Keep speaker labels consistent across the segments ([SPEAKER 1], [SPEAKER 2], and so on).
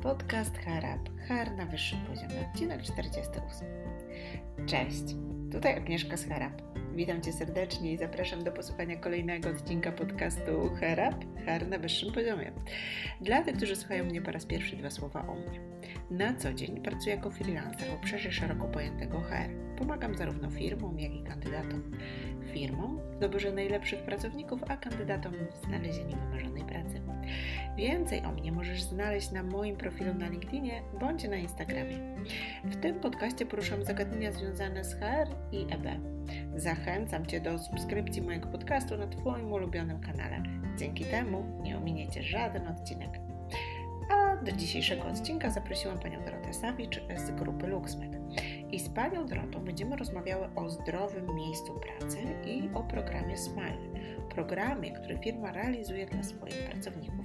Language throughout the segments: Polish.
[SPEAKER 1] Podcast HR-Up, HR na wyższym poziomie, odcinek 48. Cześć, tutaj Agnieszka z HR-Up. Witam Cię serdecznie i zapraszam do posłuchania kolejnego odcinka podcastu HR-Up, HR na wyższym poziomie. Dla tych, którzy słuchają mnie po raz pierwszy, dwa słowa o mnie. Na co dzień pracuję jako freelancer w obszarze szeroko pojętego HR. Pomagam zarówno firmom, jak i kandydatom. Firmom w doborze najlepszych pracowników, a kandydatom w znalezieniu wymarzonej pracy. Więcej o mnie możesz znaleźć na moim profilu na LinkedInie bądź na Instagramie. W tym podcaście poruszam zagadnienia związane z HR i EB. Zachęcam Cię do subskrypcji mojego podcastu na Twoim ulubionym kanale. Dzięki temu nie ominiecie żaden odcinek. A do dzisiejszego odcinka zaprosiłam Panią Dorotę Sawicz z grupy LuxMed. I z Panią Dorotą będziemy rozmawiały o zdrowym miejscu pracy i o programie SMILE. Programie, który firma realizuje dla swoich pracowników.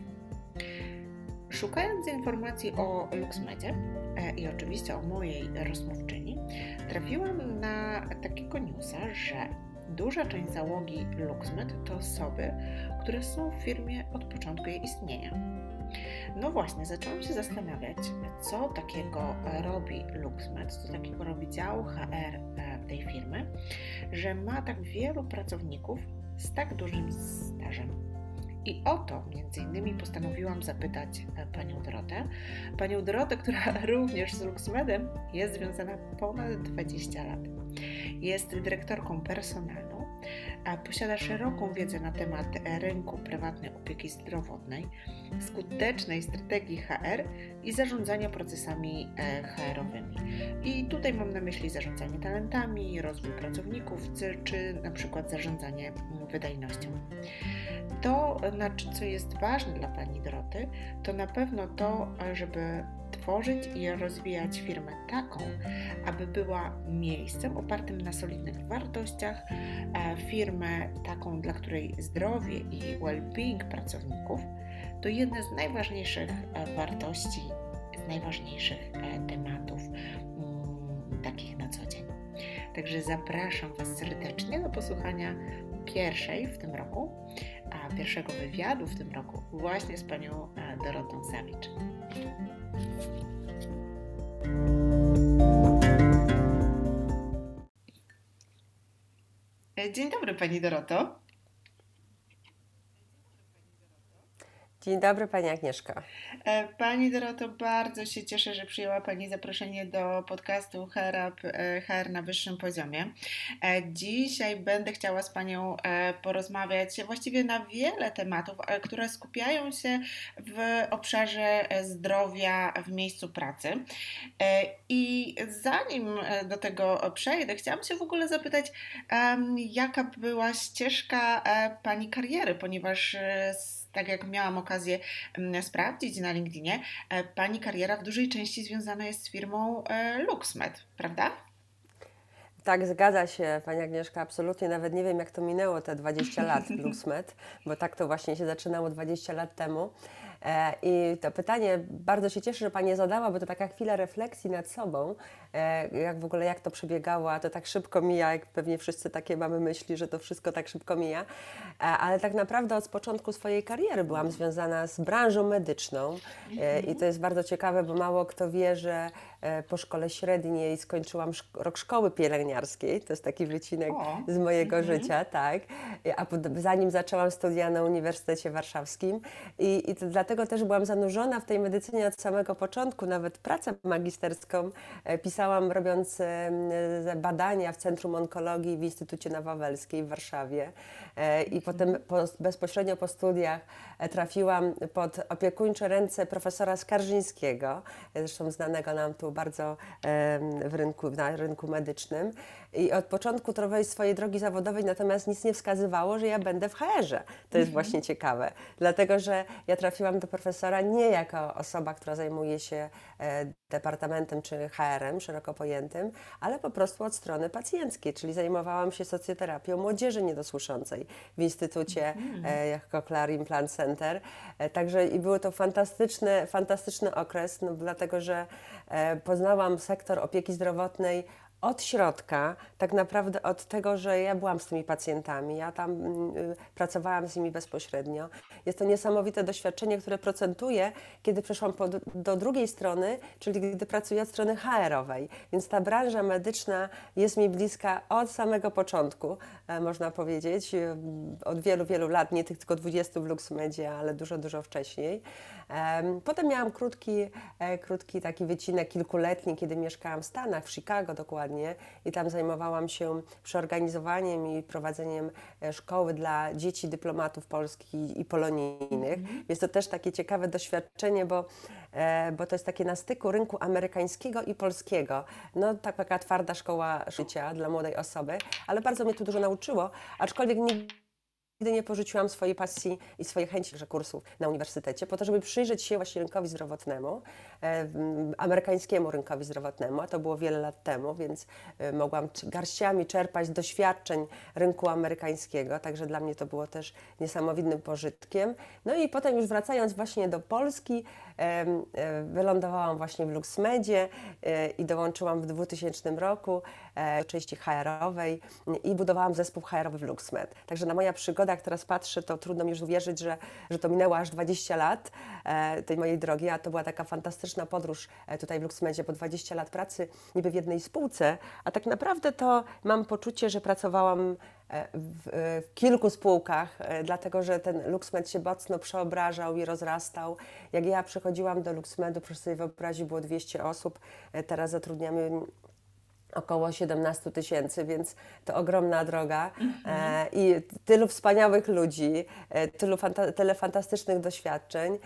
[SPEAKER 1] Szukając informacji o LuxMedzie i oczywiście o mojej rozmówczyni, trafiłam na takiego newsa, że duża część załogi LuxMed to osoby, które są w firmie od początku jej istnienia. No właśnie, zaczęłam się zastanawiać, co takiego robi LuxMed, co takiego robi dział HR tej firmy, że ma tak wielu pracowników z tak dużym stażem. I o to między innymi postanowiłam zapytać Panią Dorotę, która również z LuxMedem jest związana ponad 20 lat. Jest dyrektorką personalną, a posiada szeroką wiedzę na temat rynku prywatnej opieki zdrowotnej, skutecznej strategii HR i zarządzania procesami HR-owymi. I tutaj mam na myśli zarządzanie talentami, rozwój pracowników, czy na przykład zarządzanie wydajnością. To, co jest ważne dla Pani Doroty, to na pewno to, żeby tworzyć i rozwijać firmę taką, aby była miejscem opartym na solidnych wartościach, firmę taką, dla której zdrowie i well-being pracowników to jedne z najważniejszych wartości, z najważniejszych tematów takich na co dzień. Także zapraszam Was serdecznie do posłuchania pierwszego wywiadu w tym roku właśnie z Panią Dorotą Sawicz. Dzień dobry Pani Doroto.
[SPEAKER 2] Dzień dobry Pani Agnieszko.
[SPEAKER 1] Pani Doroto, bardzo się cieszę, że przyjęła Pani zaproszenie do podcastu HR-Up, HR na wyższym poziomie. Dzisiaj będę chciała z Panią porozmawiać właściwie na wiele tematów, które skupiają się w obszarze zdrowia w miejscu pracy. I zanim do tego przejdę, chciałam się w ogóle zapytać, jaka była ścieżka Pani kariery, ponieważ tak jak miałam okazję sprawdzić na LinkedInie, Pani kariera w dużej części związana jest z firmą LuxMed, prawda?
[SPEAKER 2] Tak, zgadza się Pani Agnieszka, absolutnie. Nawet nie wiem, jak to minęło te 20 lat w LuxMed, bo tak to właśnie się zaczynało 20 lat temu. I to pytanie bardzo się cieszę, że Pani je zadała, bo to taka chwila refleksji nad sobą, jak to przebiegało, a to tak szybko mija, jak pewnie wszyscy takie mamy myśli, że to wszystko tak szybko mija. Ale tak naprawdę od początku swojej kariery byłam związana z branżą medyczną i to jest bardzo ciekawe, bo mało kto wie, że po szkole średniej skończyłam rok szkoły pielęgniarskiej, to jest taki wycinek z mojego życia, tak, a zanim zaczęłam studia na Uniwersytecie Warszawskim i to dlatego też byłam zanurzona w tej medycynie od samego początku, nawet pracę magisterską pisałam robiąc badania w Centrum Onkologii w Instytucie na Wawelskiej w Warszawie i potem bezpośrednio po studiach trafiłam pod opiekuńcze ręce profesora Skarżyńskiego, zresztą znanego nam tu bardzo na rynku medycznym. I od początku swojej drogi zawodowej natomiast nic nie wskazywało, że ja będę w HR-ze. To jest właśnie ciekawe, dlatego że ja trafiłam do profesora nie jako osoba, która zajmuje się departamentem czy HR-em szeroko pojętym, ale po prostu od strony pacjenckiej, czyli zajmowałam się socjoterapią młodzieży niedosłyszącej w Instytucie Cochlear Implant Center. Także i był to fantastyczny okres, no, dlatego że poznałam sektor opieki zdrowotnej od środka, tak naprawdę od tego, że ja byłam z tymi pacjentami, ja tam pracowałam z nimi bezpośrednio. Jest to niesamowite doświadczenie, które procentuje, kiedy przeszłam do drugiej strony, czyli gdy pracuję od strony HR-owej. Więc ta branża medyczna jest mi bliska od samego początku, można powiedzieć, od wielu, wielu lat, nie tylko 20 w LuxMedzie, ale dużo, dużo wcześniej. Potem miałam krótki taki wycinek kilkuletni, kiedy mieszkałam w Stanach, w Chicago dokładnie, i tam zajmowałam się przeorganizowaniem i prowadzeniem szkoły dla dzieci dyplomatów polskich i polonijnych. Jest to też takie ciekawe doświadczenie, bo to jest takie na styku rynku amerykańskiego i polskiego. No taka twarda szkoła życia dla młodej osoby, ale bardzo mnie tu dużo nauczyło, aczkolwiek nigdy nie porzuciłam swojej pasji i swojej chęci kursów na uniwersytecie, po to, żeby przyjrzeć się właśnie rynkowi zdrowotnemu, amerykańskiemu rynkowi zdrowotnemu, a to było wiele lat temu, więc mogłam garściami czerpać doświadczeń rynku amerykańskiego, także dla mnie to było też niesamowitym pożytkiem. No i potem już wracając właśnie do Polski, wylądowałam właśnie w LuxMedzie i dołączyłam w 2000 roku do części HR-owej i budowałam zespół HR-owy w LuxMed. Także na moja przygoda, jak teraz patrzę, to trudno mi już uwierzyć, że to minęło aż 20 lat tej mojej drogi, a to była taka fantastyczna podróż tutaj w LuxMedzie, bo 20 lat pracy niby w jednej spółce, a tak naprawdę to mam poczucie, że pracowałam w kilku spółkach, dlatego że ten LuxMed się mocno przeobrażał i rozrastał. Jak ja przychodziłam do LuxMedu, proszę sobie wyobrazić, było 200 osób, teraz zatrudniamy około 17 000, więc to ogromna droga i tylu wspaniałych ludzi, tyle fantastycznych doświadczeń,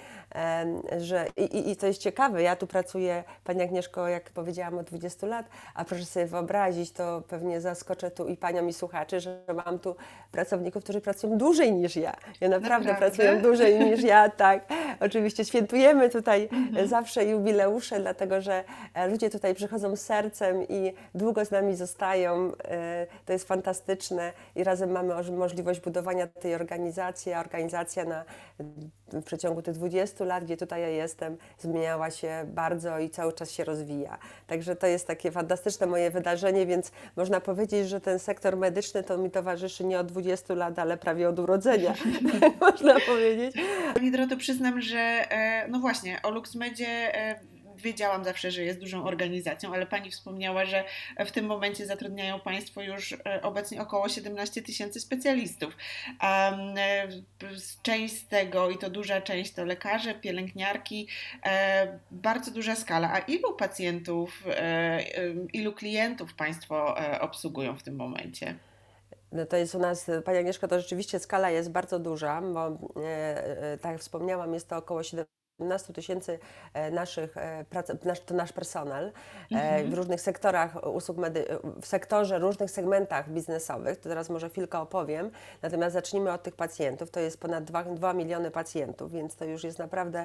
[SPEAKER 2] że i to jest ciekawe, ja tu pracuję, Pani Agnieszko, jak powiedziałam, od 20 lat, a proszę sobie wyobrazić, to pewnie zaskoczę tu i Panią i słuchaczy, że mam tu pracowników, którzy pracują dłużej niż ja. Ja naprawdę pracuję dłużej niż ja, tak. Oczywiście świętujemy tutaj zawsze jubileusze, dlatego że ludzie tutaj przychodzą z sercem i długo z nami zostają, to jest fantastyczne i razem mamy możliwość budowania tej organizacji, a organizacja w przeciągu tych 20 lat, gdzie tutaj ja jestem, zmieniała się bardzo i cały czas się rozwija. Także to jest takie fantastyczne moje wydarzenie, więc można powiedzieć, że ten sektor medyczny to mi towarzyszy nie od 20 lat, ale prawie od urodzenia, można powiedzieć.
[SPEAKER 1] Pani Doroto, przyznam, że no właśnie, o LuxMedzie wiedziałam zawsze, że jest dużą organizacją, ale Pani wspomniała, że w tym momencie zatrudniają Państwo już obecnie około 17 000 specjalistów. Część z tego, i to duża część, to lekarze, pielęgniarki, bardzo duża skala. A ilu pacjentów, ilu klientów Państwo obsługują w tym momencie?
[SPEAKER 2] No to jest u nas, Pani Agnieszko, to rzeczywiście skala jest bardzo duża, bo tak jak wspomniałam, jest to około 17 000 to nasz personel w różnych sektorach usług w sektorze, różnych segmentach biznesowych. To teraz może chwilkę opowiem. Natomiast zacznijmy od tych pacjentów. To jest ponad 2 miliony pacjentów, więc to już jest naprawdę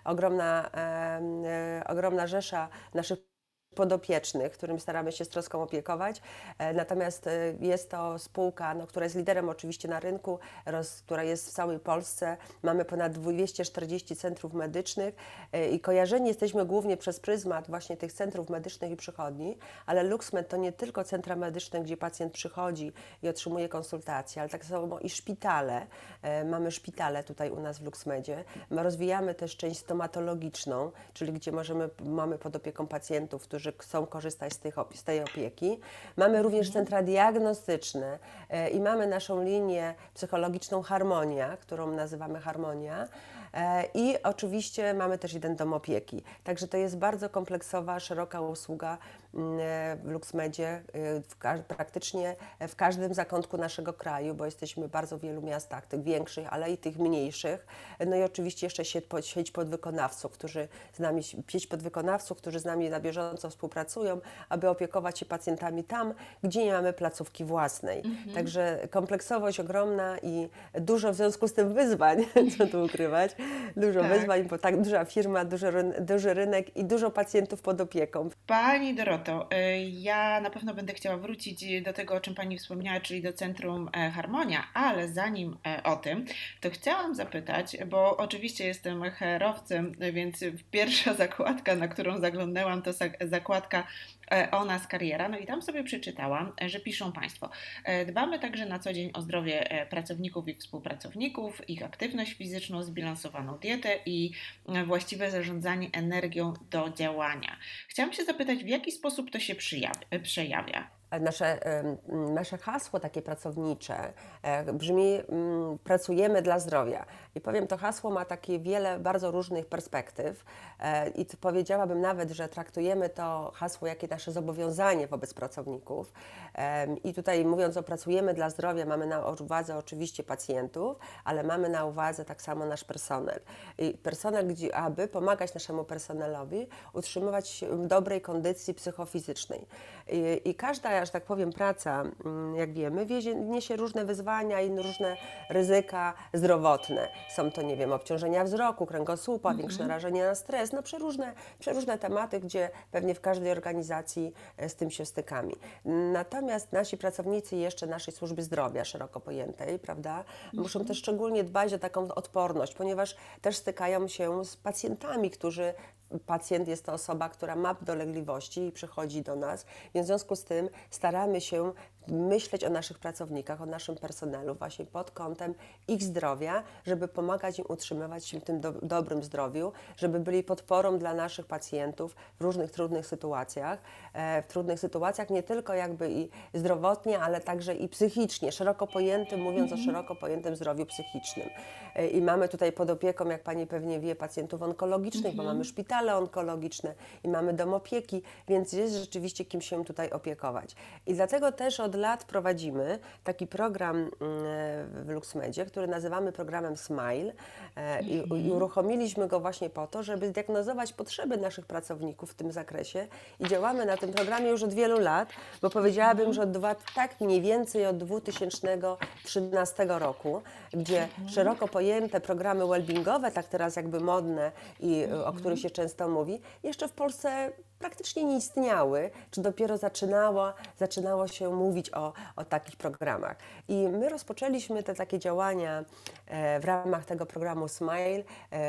[SPEAKER 2] ogromna rzesza naszych podopiecznych, którym staramy się z troską opiekować. Natomiast jest to spółka, która jest liderem oczywiście na rynku, która jest w całej Polsce. Mamy ponad 240 centrów medycznych i kojarzeni jesteśmy głównie przez pryzmat właśnie tych centrów medycznych i przychodni, ale LuxMed to nie tylko centra medyczne, gdzie pacjent przychodzi i otrzymuje konsultacje, ale tak samo i szpitale. Mamy szpitale tutaj u nas w LuxMedzie. Rozwijamy też część stomatologiczną, czyli gdzie mamy pod opieką pacjentów, którzy chcą korzystać z tej opieki. Mamy również centra diagnostyczne i mamy naszą linię psychologiczną Harmonia, którą nazywamy Harmonia. I oczywiście mamy też jeden dom opieki. Także to jest bardzo kompleksowa, szeroka usługa w LuxMedzie, praktycznie w każdym zakątku naszego kraju, bo jesteśmy w bardzo wielu miastach, tych większych, ale i tych mniejszych. No i oczywiście jeszcze sieć podwykonawców, którzy z nami na bieżąco współpracują, aby opiekować się pacjentami tam, gdzie nie mamy placówki własnej. Także kompleksowość ogromna i dużo w związku z tym wyzwań, co tu ukrywać, wyzwań, bo tak duża firma, duży rynek i dużo pacjentów pod opieką.
[SPEAKER 1] Pani Doroto, Doroto. Ja na pewno będę chciała wrócić do tego, o czym Pani wspomniała, czyli do Centrum Harmonia, ale zanim o tym, to chciałam zapytać, bo oczywiście jestem HR-owcem, więc pierwsza zakładka, na którą zaglądnęłam, to zakładka o nas kariera. No i tam sobie przeczytałam, że piszą Państwo: dbamy także na co dzień o zdrowie pracowników i współpracowników, ich aktywność fizyczną, zbilansowaną dietę i właściwe zarządzanie energią do działania. Chciałam się zapytać, w jaki sposób to się przejawia?
[SPEAKER 2] Nasze hasło takie pracownicze brzmi pracujemy dla zdrowia. I powiem, to hasło ma takie wiele bardzo różnych perspektyw i powiedziałabym nawet, że traktujemy to hasło jako nasze zobowiązanie wobec pracowników. I tutaj mówiąc o pracujemy dla zdrowia, mamy na uwadze oczywiście pacjentów, ale mamy na uwadze tak samo nasz personel. I personel, aby pomagać naszemu personelowi utrzymywać się w dobrej kondycji psychofizycznej. I każda, że tak powiem, praca, jak wiemy, niesie różne wyzwania i różne ryzyka zdrowotne. Są to, nie wiem, obciążenia wzroku, kręgosłupa, większe narażenie na stres, no przeróżne tematy, gdzie pewnie w każdej organizacji z tym się stykamy. Natomiast nasi pracownicy jeszcze naszej służby zdrowia szeroko pojętej, prawda, muszą też szczególnie dbać o taką odporność, ponieważ też stykają się z pacjentami, pacjent jest to osoba, która ma dolegliwości i przychodzi do nas, więc w związku z tym staramy się myśleć o naszych pracownikach, o naszym personelu właśnie pod kątem ich zdrowia, żeby pomagać im utrzymywać się w tym dobrym zdrowiu, żeby byli podporą dla naszych pacjentów w różnych trudnych sytuacjach, nie tylko jakby i zdrowotnie, ale także i psychicznie, szeroko pojętym, mówiąc o szeroko pojętym zdrowiu psychicznym. I mamy tutaj pod opieką, jak Pani pewnie wie, pacjentów onkologicznych, bo mamy szpitale onkologiczne i mamy dom opieki, więc jest rzeczywiście kim się tutaj opiekować. I dlatego też od lat prowadzimy taki program w LuxMedzie, który nazywamy programem Smile i uruchomiliśmy go właśnie po to, żeby zdiagnozować potrzeby naszych pracowników w tym zakresie i działamy na tym programie już od wielu lat, bo powiedziałabym, że tak mniej więcej od 2013 roku, gdzie szeroko pojęte programy wellbeingowe, tak teraz jakby modne i o których się często mówi, jeszcze w Polsce praktycznie nie istniały, czy dopiero zaczynało się mówić o takich programach. I my rozpoczęliśmy te takie działania w ramach tego programu Smile,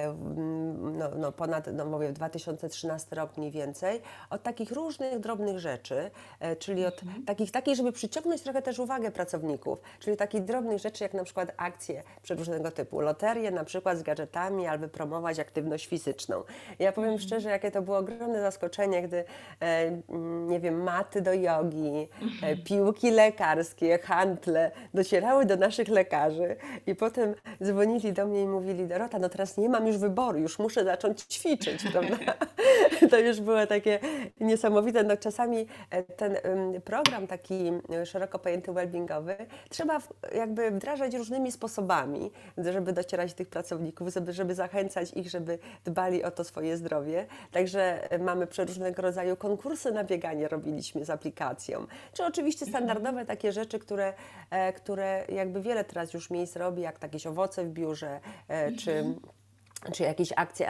[SPEAKER 2] mówię, 2013 rok mniej więcej, od takich różnych drobnych rzeczy, czyli od takich, żeby przyciągnąć trochę też uwagę pracowników, czyli takich drobnych rzeczy, jak na przykład akcje przeróżnego typu, loterie na przykład z gadżetami, albo promować aktywność fizyczną. Ja powiem szczerze, jakie to było ogromne zaskoczenie, gdy, nie wiem, maty do jogi, piłki lekarskie, hantle docierały do naszych lekarzy i potem dzwonili do mnie i mówili: Dorota, no teraz nie mam już wyboru, już muszę zacząć ćwiczyć, prawda? To już było takie niesamowite. No czasami ten program taki szeroko pojęty wellbeingowy trzeba jakby wdrażać różnymi sposobami, żeby docierać do tych pracowników, żeby zachęcać ich, żeby dbali o to swoje zdrowie. Także mamy przeróżnego rodzaju konkursy na bieganie robiliśmy z aplikacją. Czy oczywiście standardowe takie rzeczy, które jakby wiele teraz już miejsc robi, jak jakieś owoce w biurze, czy jakieś akcje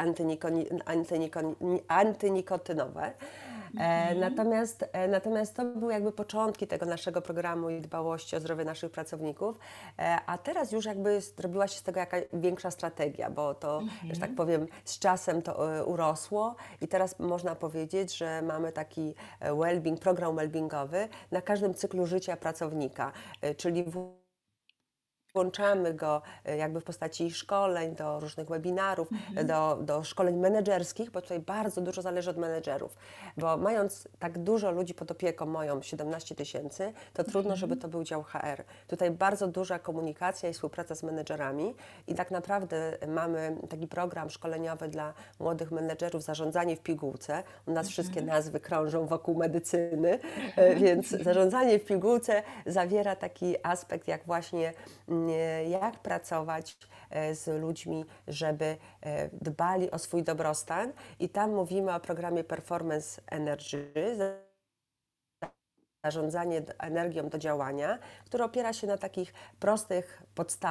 [SPEAKER 2] antynikotynowe. Natomiast to były jakby początki tego naszego programu i dbałości o zdrowie naszych pracowników, a teraz już jakby zrobiła się z tego jakaś większa strategia, bo to, że tak powiem, z czasem to urosło i teraz można powiedzieć, że mamy taki program wellbeingowy na każdym cyklu życia pracownika, czyli włączamy go jakby w postaci szkoleń, do różnych webinarów, do szkoleń menedżerskich, bo tutaj bardzo dużo zależy od menedżerów, bo mając tak dużo ludzi pod opieką, moją 17 000, to trudno, żeby to był dział HR. Tutaj bardzo duża komunikacja i współpraca z menedżerami i tak naprawdę mamy taki program szkoleniowy dla młodych menedżerów, zarządzanie w pigułce. U nas wszystkie nazwy krążą wokół medycyny, więc zarządzanie w pigułce zawiera taki aspekt, jak właśnie jak pracować z ludźmi, żeby dbali o swój dobrostan i tam mówimy o programie Performance Energy, zarządzanie energią do działania, które opiera się na takich prostych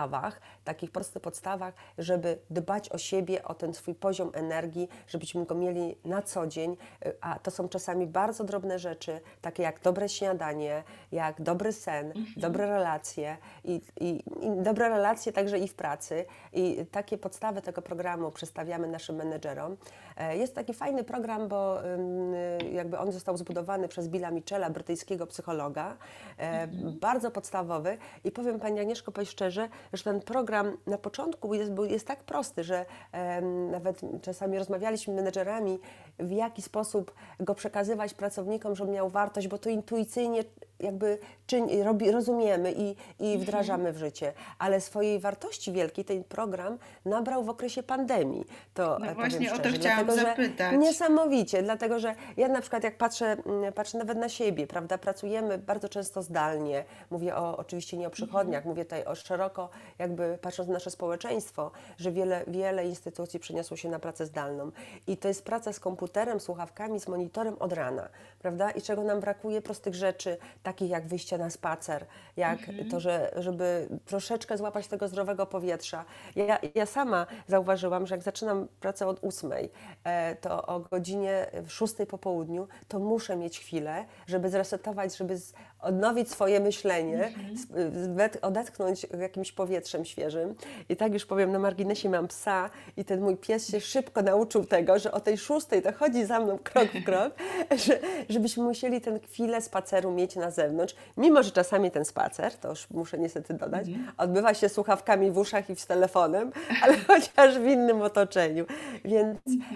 [SPEAKER 2] podstawach, żeby dbać o siebie, o ten swój poziom energii, żebyśmy go mieli na co dzień, a to są czasami bardzo drobne rzeczy, takie jak dobre śniadanie, jak dobry sen, dobre relacje i dobre relacje także i w pracy. I takie podstawy tego programu przedstawiamy naszym menedżerom. Jest taki fajny program, bo jakby on został zbudowany przez Billa Michela, brytyjskiego psychologa, bardzo podstawowy i powiem Pani Agnieszko, powiem szczerze, że ten program na początku jest tak prosty, że nawet czasami rozmawialiśmy z menedżerami, w jaki sposób go przekazywać pracownikom, żeby miał wartość, bo to intuicyjnie jakby rozumiemy i wdrażamy w życie, ale swojej wartości wielkiej ten program nabrał w okresie pandemii. To
[SPEAKER 1] No właśnie
[SPEAKER 2] szczerze,
[SPEAKER 1] o to chciałam zapytać.
[SPEAKER 2] Niesamowicie, dlatego że ja na przykład jak patrzę nawet na siebie, prawda, pracujemy bardzo często zdalnie, mówię oczywiście nie o przychodniach, mówię tutaj o szeroko, jakby patrząc na nasze społeczeństwo, że wiele instytucji przeniosło się na pracę zdalną i to jest praca z komputerem, słuchawkami, z monitorem od rana, prawda, i czego nam brakuje prostych rzeczy, takich jak wyjście na spacer, jak to, żeby troszeczkę złapać tego zdrowego powietrza. Ja sama zauważyłam, że jak zaczynam pracę od 8, to o godzinie 6 po południu, to muszę mieć chwilę, żeby zresetować, żeby odnowić swoje myślenie, odetchnąć jakimś powietrzem świeżym. I tak już powiem, na marginesie mam psa i ten mój pies się szybko nauczył tego, że o tej 6 to chodzi za mną krok w krok, żebyśmy musieli tę chwilę spaceru mieć na zewnątrz, mimo że czasami ten spacer, to już muszę niestety dodać, odbywa się słuchawkami w uszach i z telefonem, ale chociaż w innym otoczeniu. Więc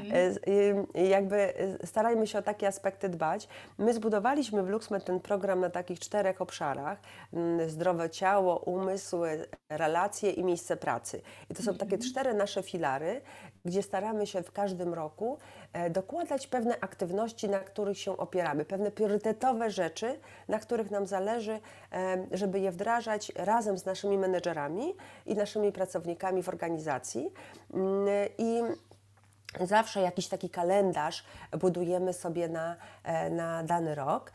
[SPEAKER 2] jakby starajmy się o takie aspekty dbać. My zbudowaliśmy w LuxMed ten program na takich 4 obszarach: zdrowe ciało, umysł, relacje i miejsce pracy. I to są takie 4 nasze filary, gdzie staramy się w każdym roku dokładać pewne aktywności, na których się opieramy, pewne priorytetowe rzeczy, na których nam zależy, żeby je wdrażać razem z naszymi menedżerami i naszymi pracownikami w organizacji. I zawsze jakiś taki kalendarz budujemy sobie na dany rok.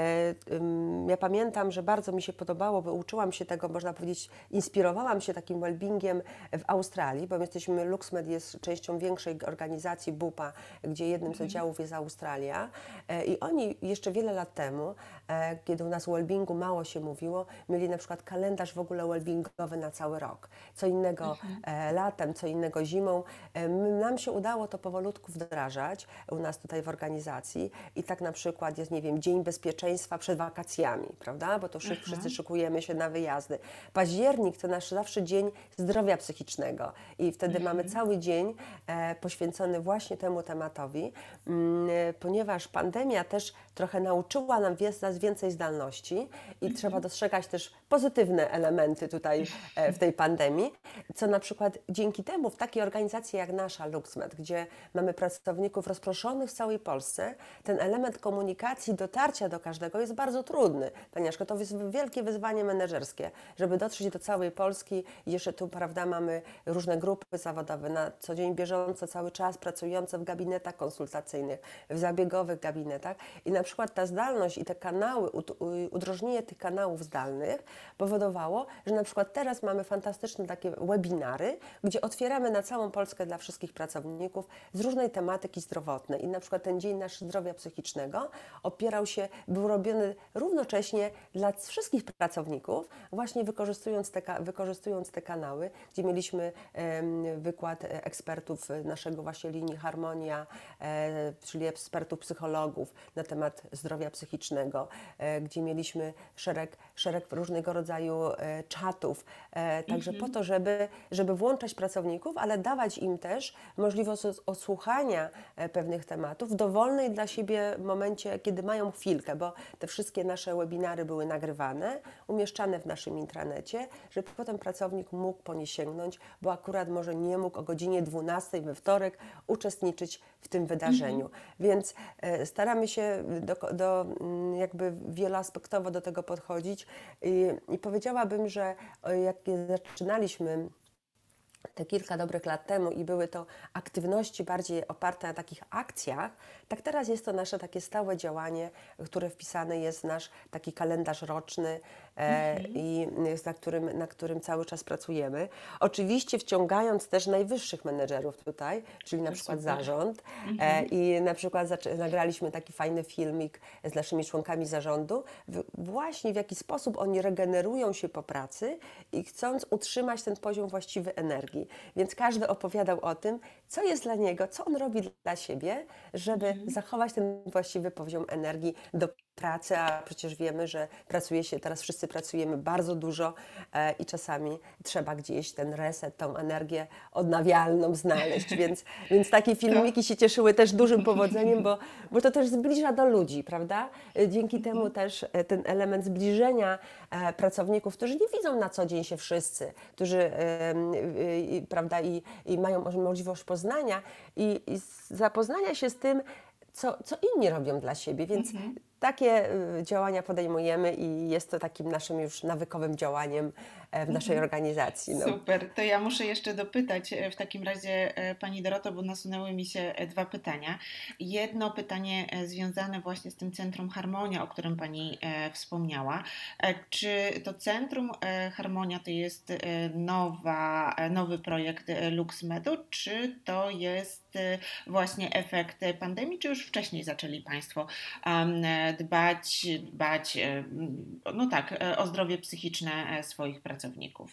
[SPEAKER 2] Ja pamiętam, że bardzo mi się podobało, bo uczyłam się tego, można powiedzieć, inspirowałam się takim wellbeingiem w Australii, bo LuxMed jest częścią większej organizacji BUPA, gdzie jednym z oddziałów jest Australia. I oni jeszcze wiele lat temu, kiedy u nas o wellbeingu mało się mówiło, mieli na przykład kalendarz w ogóle wellbeingowy na cały rok. Co innego latem, co innego zimą. Nam się udało to powolutku wdrażać u nas tutaj w organizacji i tak na przykład jest, nie wiem, Dzień Bezpieczeństwa przed wakacjami, prawda, bo to wszyscy szykujemy się na wyjazdy. Październik to nasz zawsze Dzień Zdrowia Psychicznego i wtedy mamy cały dzień poświęcony właśnie temu tematowi, ponieważ pandemia też trochę nauczyła nas więcej zdalności i trzeba dostrzegać też pozytywne elementy tutaj w tej pandemii, co na przykład dzięki temu w takiej organizacji jak nasza LuxMed, gdzie mamy pracowników rozproszonych w całej Polsce, ten element komunikacji, dotarcia do każdego jest bardzo trudny. Agnieszko, to jest wielkie wyzwanie menedżerskie, żeby dotrzeć do całej Polski i jeszcze tu, prawda, mamy różne grupy zawodowe, na co dzień bieżąco, cały czas pracujące w gabinetach konsultacyjnych, w zabiegowych gabinetach i na przykład ta zdalność i te kanały, udrożnienie tych kanałów zdalnych powodowało, że na przykład teraz mamy fantastyczne takie webinary, gdzie otwieramy na całą Polskę dla wszystkich pracowników z różnej tematyki zdrowotnej i na przykład ten Dzień naszego Zdrowia Psychicznego był robiony równocześnie dla wszystkich pracowników, właśnie wykorzystując te kanały, gdzie mieliśmy wykład ekspertów naszego właśnie linii Harmonia, czyli ekspertów psychologów na temat zdrowia psychicznego, gdzie mieliśmy szereg różnego rodzaju czatów, także po to, żeby włączać pracowników, ale dawać im też możliwość odsłuchania pewnych tematów w dowolnej dla siebie momencie, kiedy mają chwilkę, bo te wszystkie nasze webinary były nagrywane, umieszczane w naszym intranecie, żeby potem pracownik mógł po nie sięgnąć, bo akurat może nie mógł o godzinie 12 we wtorek uczestniczyć w tym wydarzeniu. Więc staramy się jakby wieloaspektowo do tego podchodzić i powiedziałabym, że jak zaczynaliśmy te kilka dobrych lat temu i były to aktywności bardziej oparte na takich akcjach, tak teraz jest to nasze takie stałe działanie, które wpisane jest w nasz taki kalendarz roczny i na którym cały czas pracujemy. Oczywiście wciągając też najwyższych menedżerów tutaj, czyli na przykład
[SPEAKER 1] Super.
[SPEAKER 2] zarząd i na przykład nagraliśmy taki fajny filmik z naszymi członkami zarządu, właśnie w jaki sposób oni regenerują się po pracy i chcąc utrzymać ten poziom właściwy energii. Więc każdy opowiadał o tym, co jest dla niego, co on robi dla siebie, żeby zachować ten właściwy poziom energii do pracy, a przecież wiemy, że pracuje się, teraz wszyscy pracujemy bardzo dużo i czasami trzeba gdzieś ten reset, tą energię odnawialną znaleźć, więc takie filmiki się cieszyły też dużym powodzeniem, bo to też zbliża do ludzi, prawda? Dzięki temu też ten element zbliżenia pracowników, którzy nie widzą na co dzień się wszyscy, którzy prawda, i mają możliwość poznania i zapoznania się z tym, co inni robią dla siebie, więc takie działania podejmujemy i jest to takim naszym już nawykowym działaniem w naszej organizacji. No.
[SPEAKER 1] Super, to ja muszę jeszcze dopytać w takim razie Pani Doroto, bo nasunęły mi się dwa pytania. Jedno pytanie związane właśnie z tym Centrum Harmonia, o którym Pani wspomniała. Czy to Centrum Harmonia to jest nowy projekt LuxMedu, czy to jest właśnie efekt pandemii, czy już wcześniej zaczęli Państwo dbać no tak, o zdrowie psychiczne swoich pracowników?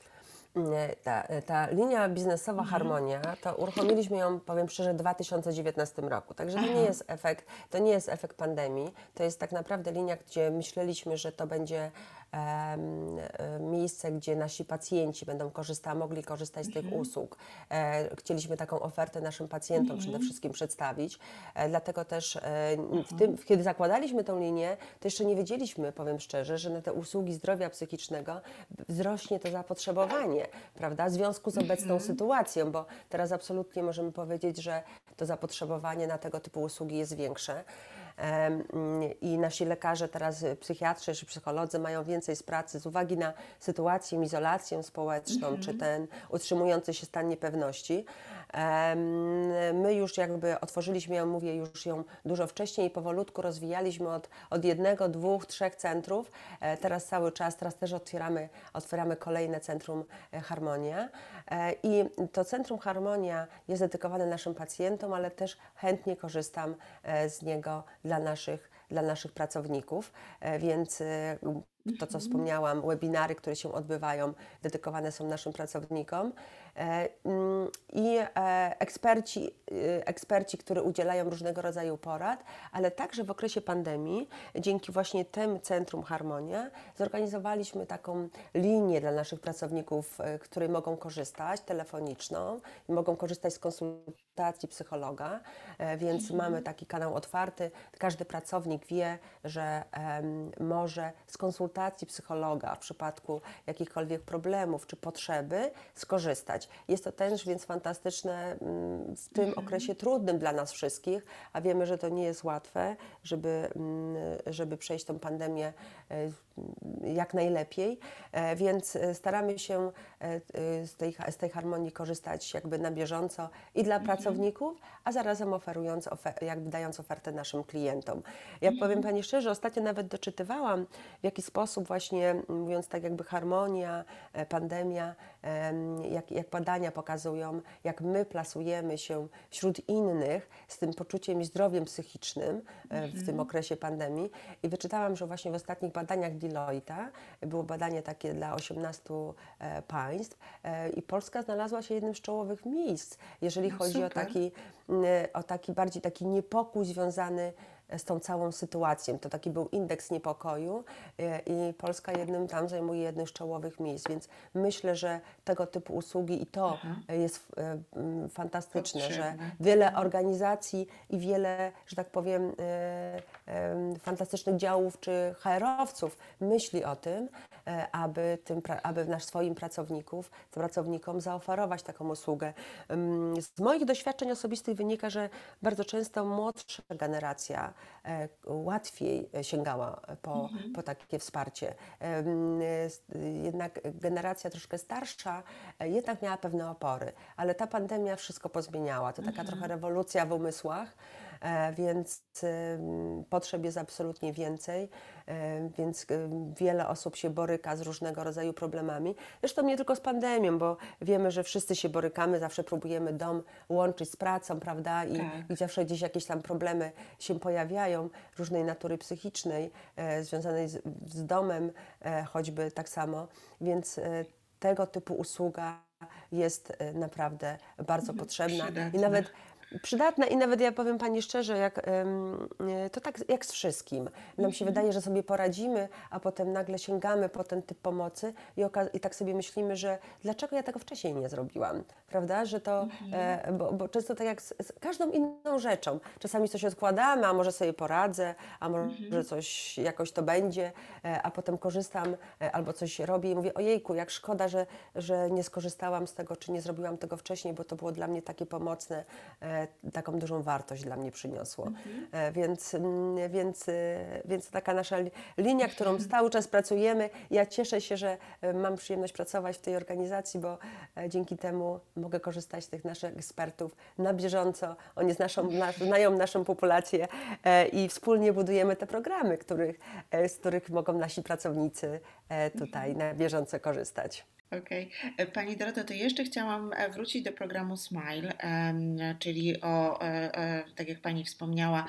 [SPEAKER 2] Ta linia biznesowa Harmonia, to uruchomiliśmy ją, powiem szczerze, w 2019 roku. Także to nie jest efekt pandemii. To jest tak naprawdę linia, gdzie myśleliśmy, że to będzie miejsce, gdzie nasi pacjenci będą mogli korzystać z tych usług. Chcieliśmy taką ofertę naszym pacjentom przede wszystkim przedstawić. Dlatego też kiedy zakładaliśmy tą linię, to jeszcze nie wiedzieliśmy, powiem szczerze, że na te usługi zdrowia psychicznego wzrośnie to zapotrzebowanie, prawda, w związku z obecną sytuacją, bo teraz absolutnie możemy powiedzieć, że to zapotrzebowanie na tego typu usługi jest większe. I nasi lekarze teraz, psychiatrzy czy psycholodzy mają więcej z pracy z uwagi na sytuację, izolację społeczną, czy ten utrzymujący się stan niepewności. My już jakby otworzyliśmy ją, mówię, już ją dużo wcześniej i powolutku rozwijaliśmy od 1, 2, 3 centrów. Teraz cały czas, teraz też otwieramy kolejne Centrum Harmonia. I to Centrum Harmonia jest dedykowane naszym pacjentom, ale też chętnie korzystam z niego dla naszych pracowników, więc to, co wspomniałam, webinary, które się odbywają, dedykowane są naszym pracownikom i eksperci, którzy udzielają różnego rodzaju porad, ale także w okresie pandemii, dzięki właśnie tym Centrum Harmonia, zorganizowaliśmy taką linię dla naszych pracowników, której mogą korzystać, telefoniczną, mogą korzystać z konsultacji psychologa, więc mamy taki kanał otwarty. Każdy pracownik wie, że może z konsultacji psychologa w przypadku jakichkolwiek problemów czy potrzeby skorzystać. Jest to też więc fantastyczne w tym okresie trudnym dla nas wszystkich, a wiemy, że to nie jest łatwe, żeby przejść tą pandemię jak najlepiej, więc staramy się z tej harmonii korzystać jakby na bieżąco i dla pracowników, a zarazem jakby dając ofertę naszym klientom. Ja powiem Pani szczerze, ostatnio nawet doczytywałam, w jaki sposób właśnie, mówiąc tak jakby harmonia, pandemia, jak badania pokazują, jak my plasujemy się wśród innych z tym poczuciem i zdrowiem psychicznym w tym okresie pandemii i wyczytałam, że właśnie w ostatnich badaniach Deloitte'a było badanie takie dla 18 państw i Polska znalazła się jednym z czołowych miejsc, jeżeli chodzi o taki niepokój związany z tą całą sytuacją. To taki był indeks niepokoju i Polska zajmuje jednym z czołowych miejsc, więc myślę, że tego typu usługi i to jest fantastyczne, że wiele organizacji i wiele, że tak powiem, fantastycznych działów czy HR-owców myśli o tym, aby swoim pracownikom zaoferować taką usługę. Z moich doświadczeń osobistych wynika, że bardzo często młodsza generacja łatwiej sięgała po takie wsparcie. Jednak generacja troszkę starsza jednak miała pewne opory, ale ta pandemia wszystko pozmieniała. To taka trochę rewolucja w umysłach, więc potrzeb jest absolutnie więcej, więc wiele osób się boryka z różnego rodzaju problemami. Zresztą nie tylko z pandemią, bo wiemy, że wszyscy się borykamy, zawsze próbujemy dom łączyć z pracą, prawda? I zawsze gdzieś jakieś tam problemy się pojawiają, różnej natury psychicznej, związanej z domem, choćby tak samo, więc tego typu usługa jest naprawdę bardzo potrzebna i nawet przydatna i nawet ja powiem Pani szczerze, to tak jak z wszystkim. Nam się wydaje, że sobie poradzimy, a potem nagle sięgamy po ten typ pomocy i tak sobie myślimy, że dlaczego ja tego wcześniej nie zrobiłam, prawda? Że to, bo często tak jak z każdą inną rzeczą. Czasami coś odkładamy, a może sobie poradzę, a może coś jakoś to będzie, a potem korzystam albo coś robię i mówię, ojejku, jak szkoda, że nie skorzystałam z tego, czy nie zrobiłam tego wcześniej, bo to było dla mnie takie pomocne, taką dużą wartość dla mnie przyniosło. Więc taka nasza linia, którą cały czas pracujemy. Ja cieszę się, że mam przyjemność pracować w tej organizacji, bo dzięki temu mogę korzystać z tych naszych ekspertów na bieżąco. Oni znają naszą populację i wspólnie budujemy te programy, z których mogą nasi pracownicy tutaj na bieżąco korzystać.
[SPEAKER 1] Okej. Pani Doroto, to jeszcze chciałam wrócić do programu Smile, czyli tak jak Pani wspomniała,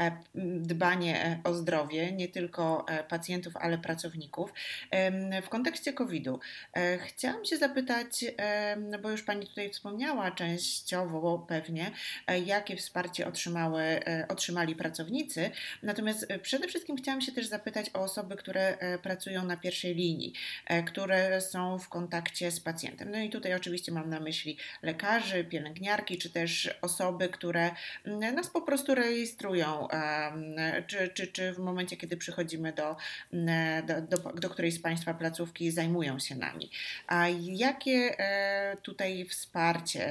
[SPEAKER 1] dbanie o zdrowie nie tylko pacjentów, ale pracowników. W kontekście COVID-u chciałam się zapytać, bo już Pani tutaj wspomniała częściowo pewnie, jakie wsparcie otrzymali pracownicy, natomiast przede wszystkim chciałam się też zapytać o osoby, które pracują na pierwszej linii, które są w kontakcie z pacjentem. No i tutaj oczywiście mam na myśli lekarzy, pielęgniarki, czy też osoby, które nas po prostu rejestrują, czy w momencie, kiedy przychodzimy do którejś z Państwa placówki, zajmują się nami. A jakie tutaj wsparcie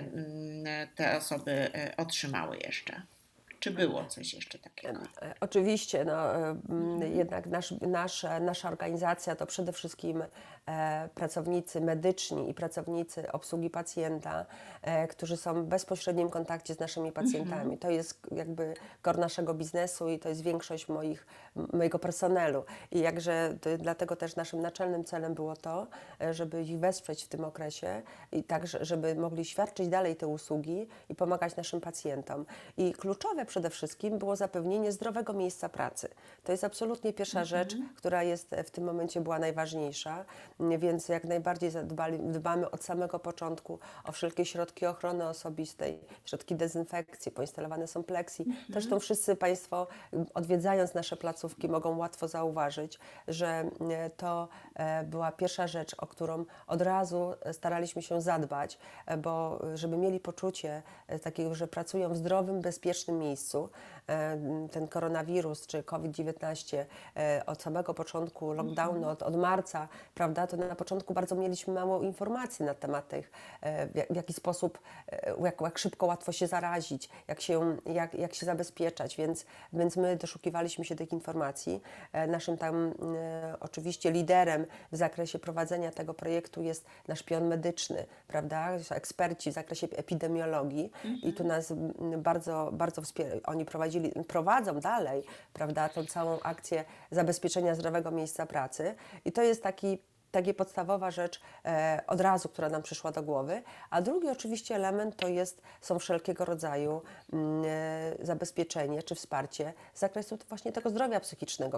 [SPEAKER 1] te osoby otrzymały jeszcze? Czy było coś jeszcze takiego?
[SPEAKER 2] Oczywiście, jednak nasza organizacja to przede wszystkim pracownicy medyczni i pracownicy obsługi pacjenta, którzy są w bezpośrednim kontakcie z naszymi pacjentami. To jest jakby core naszego biznesu i to jest większość mojego personelu. I dlatego też naszym naczelnym celem było to, żeby ich wesprzeć w tym okresie i tak, żeby mogli świadczyć dalej te usługi i pomagać naszym pacjentom. I kluczowe przede wszystkim było zapewnienie zdrowego miejsca pracy. To jest absolutnie pierwsza rzecz, która w tym momencie była najważniejsza, więc jak najbardziej dbamy od samego początku o wszelkie środki ochrony osobistej, środki dezynfekcji, poinstalowane są pleksi. Zresztą wszyscy Państwo, odwiedzając nasze placówki, mogą łatwo zauważyć, że to była pierwsza rzecz, o którą od razu staraliśmy się zadbać, bo żeby mieli poczucie takiego, że pracują w zdrowym, bezpiecznym miejscu. Ten koronawirus czy COVID-19 od samego początku lockdownu, od marca, prawda, to na początku bardzo mieliśmy mało informacji na temat tych, w jaki sposób, jak szybko, łatwo się zarazić, jak się zabezpieczać, więc my doszukiwaliśmy się tych informacji. Naszym tam oczywiście liderem w zakresie prowadzenia tego projektu jest nasz pion medyczny, prawda, eksperci w zakresie epidemiologii i tu nas bardzo, bardzo oni prowadzą dalej, prawda, tą całą akcję zabezpieczenia zdrowego miejsca pracy i to jest taka podstawowa rzecz od razu, która nam przyszła do głowy, a drugi oczywiście element są wszelkiego rodzaju zabezpieczenie czy wsparcie z zakresu właśnie tego zdrowia psychicznego,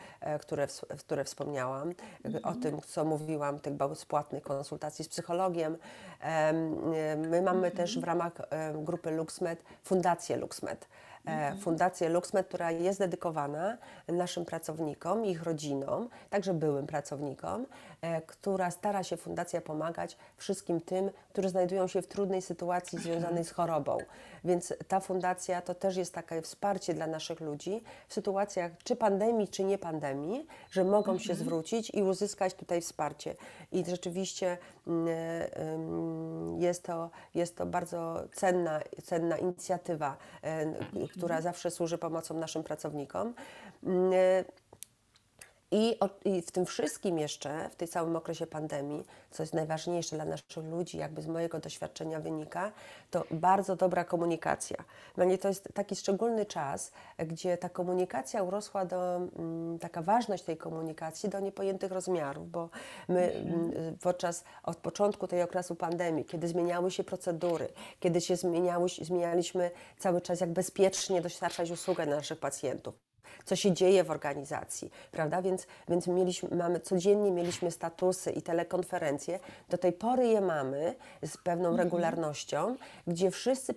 [SPEAKER 2] które wspomniałam, o tym, co mówiłam, tych bezpłatnych konsultacji z psychologiem. My mamy też w ramach grupy LuxMed Fundację LuxMed. Fundację LuxMed, która jest dedykowana naszym pracownikom i ich rodzinom, także byłym pracownikom, która stara się fundacja pomagać wszystkim tym, którzy znajdują się w trudnej sytuacji związanej z chorobą. Więc ta fundacja to też jest takie wsparcie dla naszych ludzi w sytuacjach czy pandemii, czy nie pandemii, że mogą się zwrócić i uzyskać tutaj wsparcie. I rzeczywiście jest to bardzo cenna inicjatywa, która zawsze służy pomocą naszym pracownikom. I w tym wszystkim jeszcze, w tej całym okresie pandemii, co jest najważniejsze dla naszych ludzi, jakby z mojego doświadczenia wynika, to bardzo dobra komunikacja. Dla mnie to jest taki szczególny czas, gdzie ta komunikacja urosła taka ważność tej komunikacji do niepojętych rozmiarów, bo my od początku tej okresu pandemii, kiedy zmieniały się procedury, kiedy się zmienialiśmy cały czas, jak bezpiecznie dostarczać usługę dla naszych pacjentów, co się dzieje w organizacji, prawda? Więc codziennie mieliśmy statusy i telekonferencje. Do tej pory je mamy z pewną regularnością, gdzie wszyscy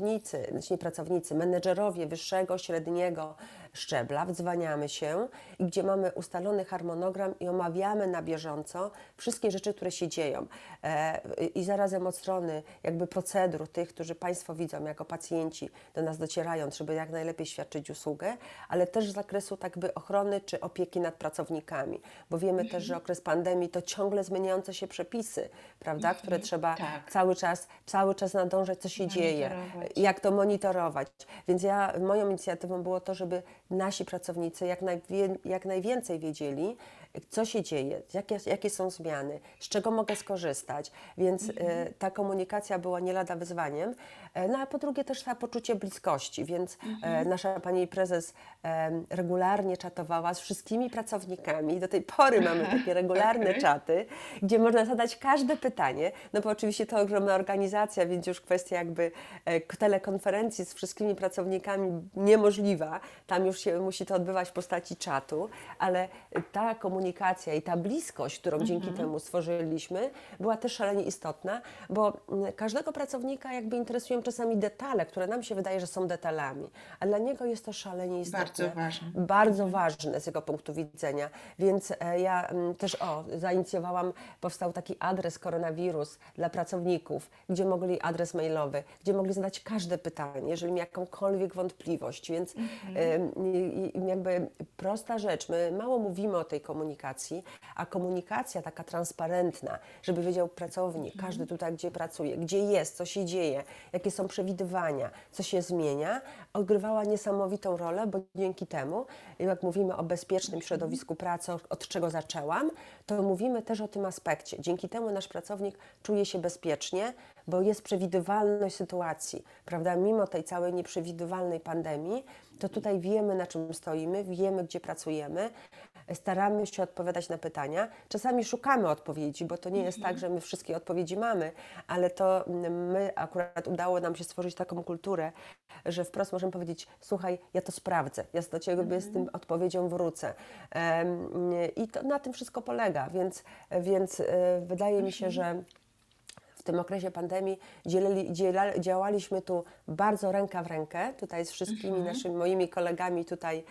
[SPEAKER 2] menedżerowie wyższego, średniego szczebla, wdzwaniamy się i gdzie mamy ustalony harmonogram i omawiamy na bieżąco wszystkie rzeczy, które się dzieją. I zarazem od strony jakby procedur tych, którzy Państwo widzą jako pacjenci, do nas docierają, żeby jak najlepiej świadczyć usługę, ale też z zakresu tak by ochrony czy opieki nad pracownikami, bo wiemy też, że okres pandemii to ciągle zmieniające się przepisy, prawda, które trzeba cały czas nadążać, co się dzieje, jak to monitorować. Więc moją inicjatywą było to, żeby nasi pracownicy jak najwięcej wiedzieli, co się dzieje, jakie są zmiany, z czego mogę skorzystać, więc ta komunikacja była nie lada wyzwaniem, no a po drugie też poczucie bliskości, więc nasza pani prezes regularnie czatowała z wszystkimi pracownikami, do tej pory mamy takie regularne czaty, gdzie można zadać każde pytanie, no bo oczywiście to ogromna organizacja, więc już kwestia jakby telekonferencji z wszystkimi pracownikami niemożliwa, tam już się musi to odbywać w postaci czatu, ale ta komunikacja i ta bliskość, którą dzięki temu stworzyliśmy, była też szalenie istotna, bo każdego pracownika jakby interesują czasami detale, które nam się wydaje, że są detalami, a dla niego jest to szalenie istotne. Bardzo ważne z jego punktu widzenia. Więc ja też powstał taki adres koronawirus dla pracowników, gdzie mogli adres mailowy, gdzie mogli zadać każde pytanie, jeżeli mieli jakąkolwiek wątpliwość. Więc jakby prosta rzecz, my mało mówimy o tej komunikacji, a komunikacja taka transparentna, żeby wiedział pracownik, każdy tutaj, gdzie pracuje, gdzie jest, co się dzieje, jakie są przewidywania, co się zmienia, odgrywała niesamowitą rolę, bo dzięki temu, jak mówimy o bezpiecznym środowisku pracy, od czego zaczęłam, to mówimy też o tym aspekcie. Dzięki temu nasz pracownik czuje się bezpiecznie, bo jest przewidywalność sytuacji, prawda? Mimo tej całej nieprzewidywalnej pandemii, to tutaj wiemy, na czym stoimy, wiemy, gdzie pracujemy, staramy się odpowiadać na pytania. Czasami szukamy odpowiedzi, bo to nie jest tak, że my wszystkie odpowiedzi mamy, ale to my akurat udało nam się stworzyć taką kulturę, że wprost możemy powiedzieć, słuchaj, ja to sprawdzę, ja do Ciebie z tym odpowiedzią wrócę. I to na tym wszystko polega, więc wydaje mi się, że w tym okresie pandemii działaliśmy tu bardzo ręka w rękę, tutaj z wszystkimi moimi kolegami tutaj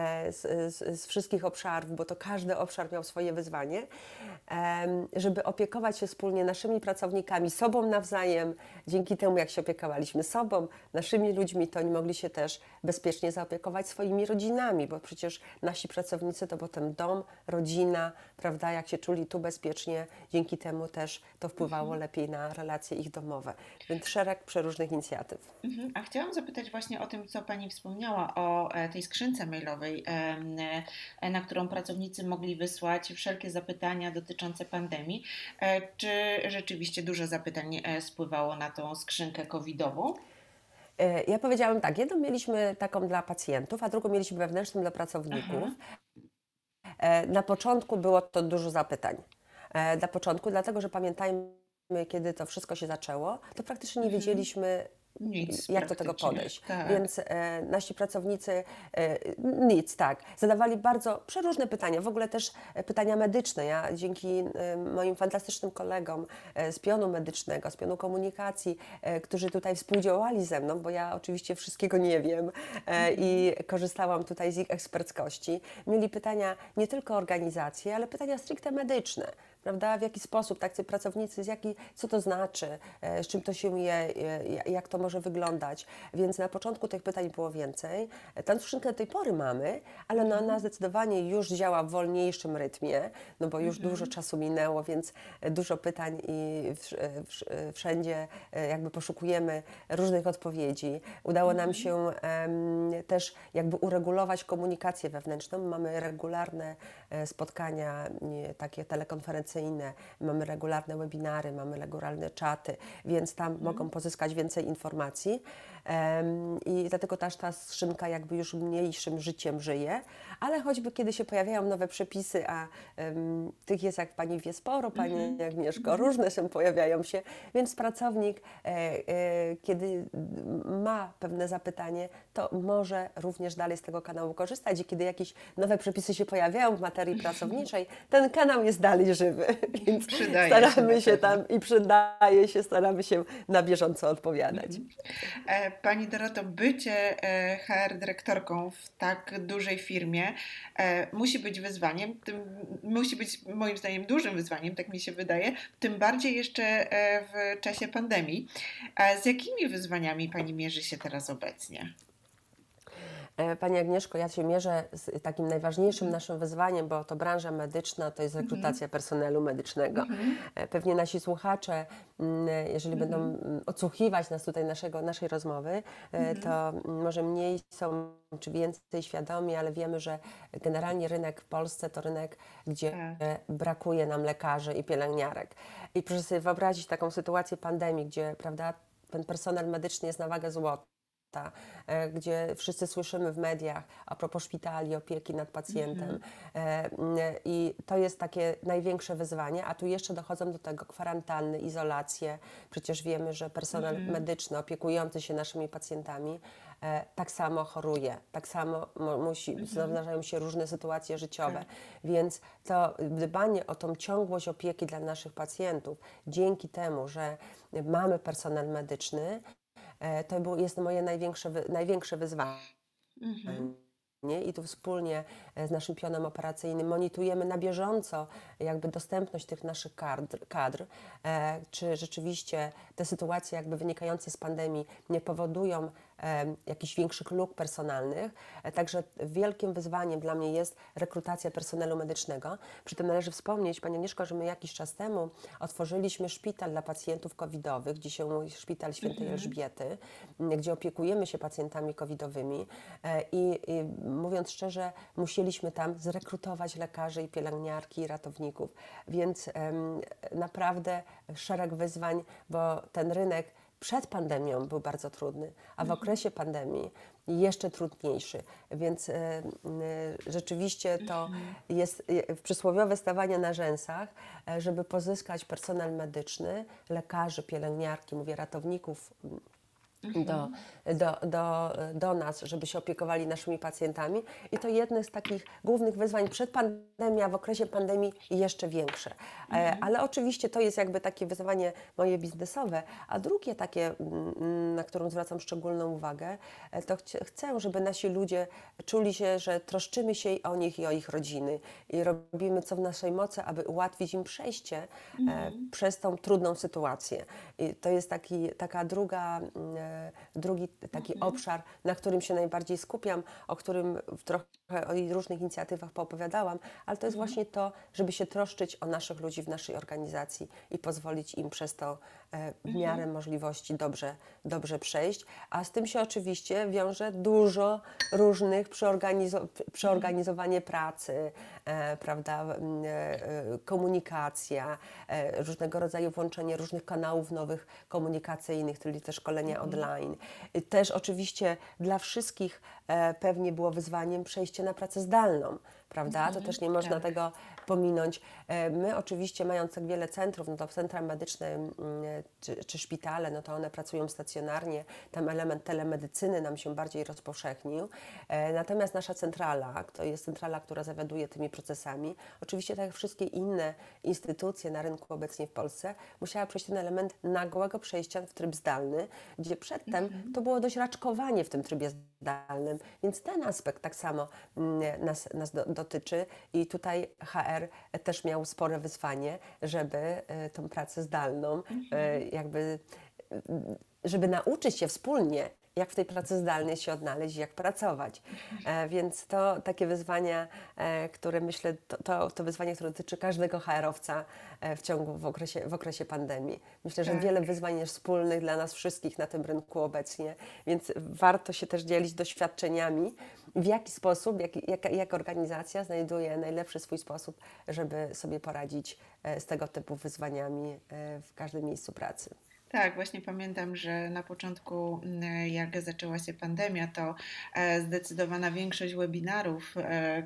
[SPEAKER 2] z wszystkich obszarów, bo to każdy obszar miał swoje wyzwanie, żeby opiekować się wspólnie naszymi pracownikami, sobą nawzajem. Dzięki temu, jak się opiekowaliśmy sobą, naszymi ludźmi, to oni mogli się też bezpiecznie zaopiekować swoimi rodzinami, bo przecież nasi pracownicy to potem dom, rodzina, prawda, jak się czuli tu bezpiecznie, dzięki temu też to wpływało lepiej na relacje ich domowe. Więc szereg przeróżnych inicjatyw.
[SPEAKER 1] A chciałam zapytać właśnie o tym, co Pani wspomniała, o tej skrzynce mailowej, na którą pracownicy mogli wysłać wszelkie zapytania dotyczące pandemii. Czy rzeczywiście dużo zapytań spływało na tą skrzynkę covidową?
[SPEAKER 2] Ja powiedziałam tak, jedną mieliśmy taką dla pacjentów, a drugą mieliśmy wewnętrzną dla pracowników. Na początku było to dużo zapytań. Na początku, dlatego że pamiętajmy, kiedy to wszystko się zaczęło, to praktycznie nie wiedzieliśmy, jak do tego podejść. Tak. Więc nasi pracownicy zadawali bardzo przeróżne pytania, w ogóle też pytania medyczne. Ja dzięki moim fantastycznym kolegom z pionu medycznego, z pionu komunikacji, którzy tutaj współdziałali ze mną, bo ja oczywiście wszystkiego nie wiem i korzystałam tutaj z ich eksperckości, mieli pytania nie tylko o organizację, ale pytania stricte medyczne. prawda, w jaki sposób, tacy pracownicy, co to znaczy, z czym to się je, jak to może wyglądać. Więc na początku tych pytań było więcej. Tę skrzynkę do tej pory mamy, ale no, ona zdecydowanie już działa w wolniejszym rytmie, no bo już dużo czasu minęło, więc dużo pytań i wszędzie jakby poszukujemy różnych odpowiedzi. Udało nam się też jakby uregulować komunikację wewnętrzną. Mamy regularne spotkania takie telekonferencyjne, mamy regularne webinary, mamy regularne czaty, więc tam mogą pozyskać więcej informacji. I dlatego też ta skrzynka jakby już mniejszym życiem żyje, ale choćby kiedy się pojawiają nowe przepisy, a tych jest, jak Pani wie, sporo, Pani Agnieszko, różne się pojawiają się, więc pracownik, kiedy ma pewne zapytanie, to może również dalej z tego kanału korzystać i kiedy jakieś nowe przepisy się pojawiają w materii pracowniczej, ten kanał jest dalej żywy, więc staramy się tam i staramy się na bieżąco odpowiadać.
[SPEAKER 1] Pani Doroto, bycie HR dyrektorką w tak dużej firmie musi być wyzwaniem, musi być moim zdaniem dużym wyzwaniem, tak mi się wydaje, tym bardziej jeszcze w czasie pandemii. Z jakimi wyzwaniami Pani mierzy się teraz obecnie?
[SPEAKER 2] Pani Agnieszko, ja się mierzę z takim najważniejszym naszym wyzwaniem, bo to branża medyczna, to jest rekrutacja personelu medycznego. Pewnie nasi słuchacze, jeżeli będą odsłuchiwać nas tutaj naszej rozmowy, to może mniej są czy więcej świadomi, ale wiemy, że generalnie rynek w Polsce to rynek, gdzie brakuje nam lekarzy i pielęgniarek. I proszę sobie wyobrazić taką sytuację pandemii, gdzie, prawda, ten personel medyczny jest na wagę złota, gdzie wszyscy słyszymy w mediach a propos szpitali, opieki nad pacjentem. I to jest takie największe wyzwanie, a tu jeszcze dochodzą do tego kwarantanny, izolacje. Przecież wiemy, że personel medyczny opiekujący się naszymi pacjentami tak samo choruje, tak samo zdarzają się różne sytuacje życiowe. Więc to dbanie o tą ciągłość opieki dla naszych pacjentów, dzięki temu, że mamy personel medyczny, to jest moje największe wyzwanie. I tu wspólnie z naszym pionem operacyjnym monitorujemy na bieżąco jakby dostępność tych naszych kadr, czy rzeczywiście te sytuacje jakby wynikające z pandemii nie powodują jakichś większych luk personalnych. Także wielkim wyzwaniem dla mnie jest rekrutacja personelu medycznego. Przy tym należy wspomnieć, Pani Agnieszko, że my jakiś czas temu otworzyliśmy szpital dla pacjentów covidowych, dzisiaj Szpital Świętej Elżbiety, gdzie opiekujemy się pacjentami covidowymi i mówiąc szczerze, musieliśmy tam zrekrutować lekarzy i pielęgniarki i ratowników, więc naprawdę szereg wyzwań, bo ten rynek przed pandemią był bardzo trudny, a w okresie pandemii jeszcze trudniejszy, więc rzeczywiście to jest przysłowiowe stawanie na rzęsach, żeby pozyskać personel medyczny, lekarzy, pielęgniarki, mówię ratowników, do nas, żeby się opiekowali naszymi pacjentami. I to jedno z takich głównych wyzwań przed pandemią, a w okresie pandemii jeszcze większe. Ale oczywiście to jest jakby takie wyzwanie moje biznesowe, a drugie takie, na którą zwracam szczególną uwagę, to chcę, żeby nasi ludzie czuli się, że troszczymy się o nich i o ich rodziny i robimy co w naszej mocy, aby ułatwić im przejście przez tą trudną sytuację. I to jest drugi taki obszar, na którym się najbardziej skupiam, o którym trochę o różnych inicjatywach poopowiadałam, ale to jest właśnie to, żeby się troszczyć o naszych ludzi w naszej organizacji i pozwolić im przez to w miarę możliwości dobrze przejść. A z tym się oczywiście wiąże dużo różnych przeorganizowanie pracy, prawda, komunikacja, różnego rodzaju włączenie różnych kanałów nowych komunikacyjnych, czyli te szkolenia online. Też oczywiście dla wszystkich pewnie było wyzwaniem przejście na pracę zdalną, prawda? To też nie można tego pominąć. My oczywiście, mając tak wiele centrów, no to centra medyczne czy szpitale, no to one pracują stacjonarnie, tam element telemedycyny nam się bardziej rozpowszechnił. Natomiast nasza centrala, to jest centrala, która zawiaduje tymi procesami, oczywiście tak jak wszystkie inne instytucje na rynku obecnie w Polsce, musiała przejść ten element nagłego przejścia w tryb zdalny, gdzie przedtem to było dość raczkowanie w tym trybie zdalnym, więc ten aspekt tak samo nas dotyczy i tutaj HR też miał spore wyzwanie, żeby tą pracę zdalną jakby żeby nauczyć się wspólnie, jak w tej pracy zdalnej się odnaleźć, jak pracować. Więc to takie wyzwania, które myślę, to wyzwanie, które dotyczy każdego HR-owca w okresie pandemii. Myślę, że
[SPEAKER 1] Tak.
[SPEAKER 2] wiele wyzwań jest wspólnych dla nas wszystkich na tym rynku obecnie, więc warto się też dzielić doświadczeniami, w jaki sposób, jak organizacja znajduje najlepszy swój sposób, żeby sobie poradzić z tego typu wyzwaniami w każdym miejscu pracy.
[SPEAKER 1] Tak, właśnie pamiętam, że na początku, jak zaczęła się pandemia, to zdecydowana większość webinarów,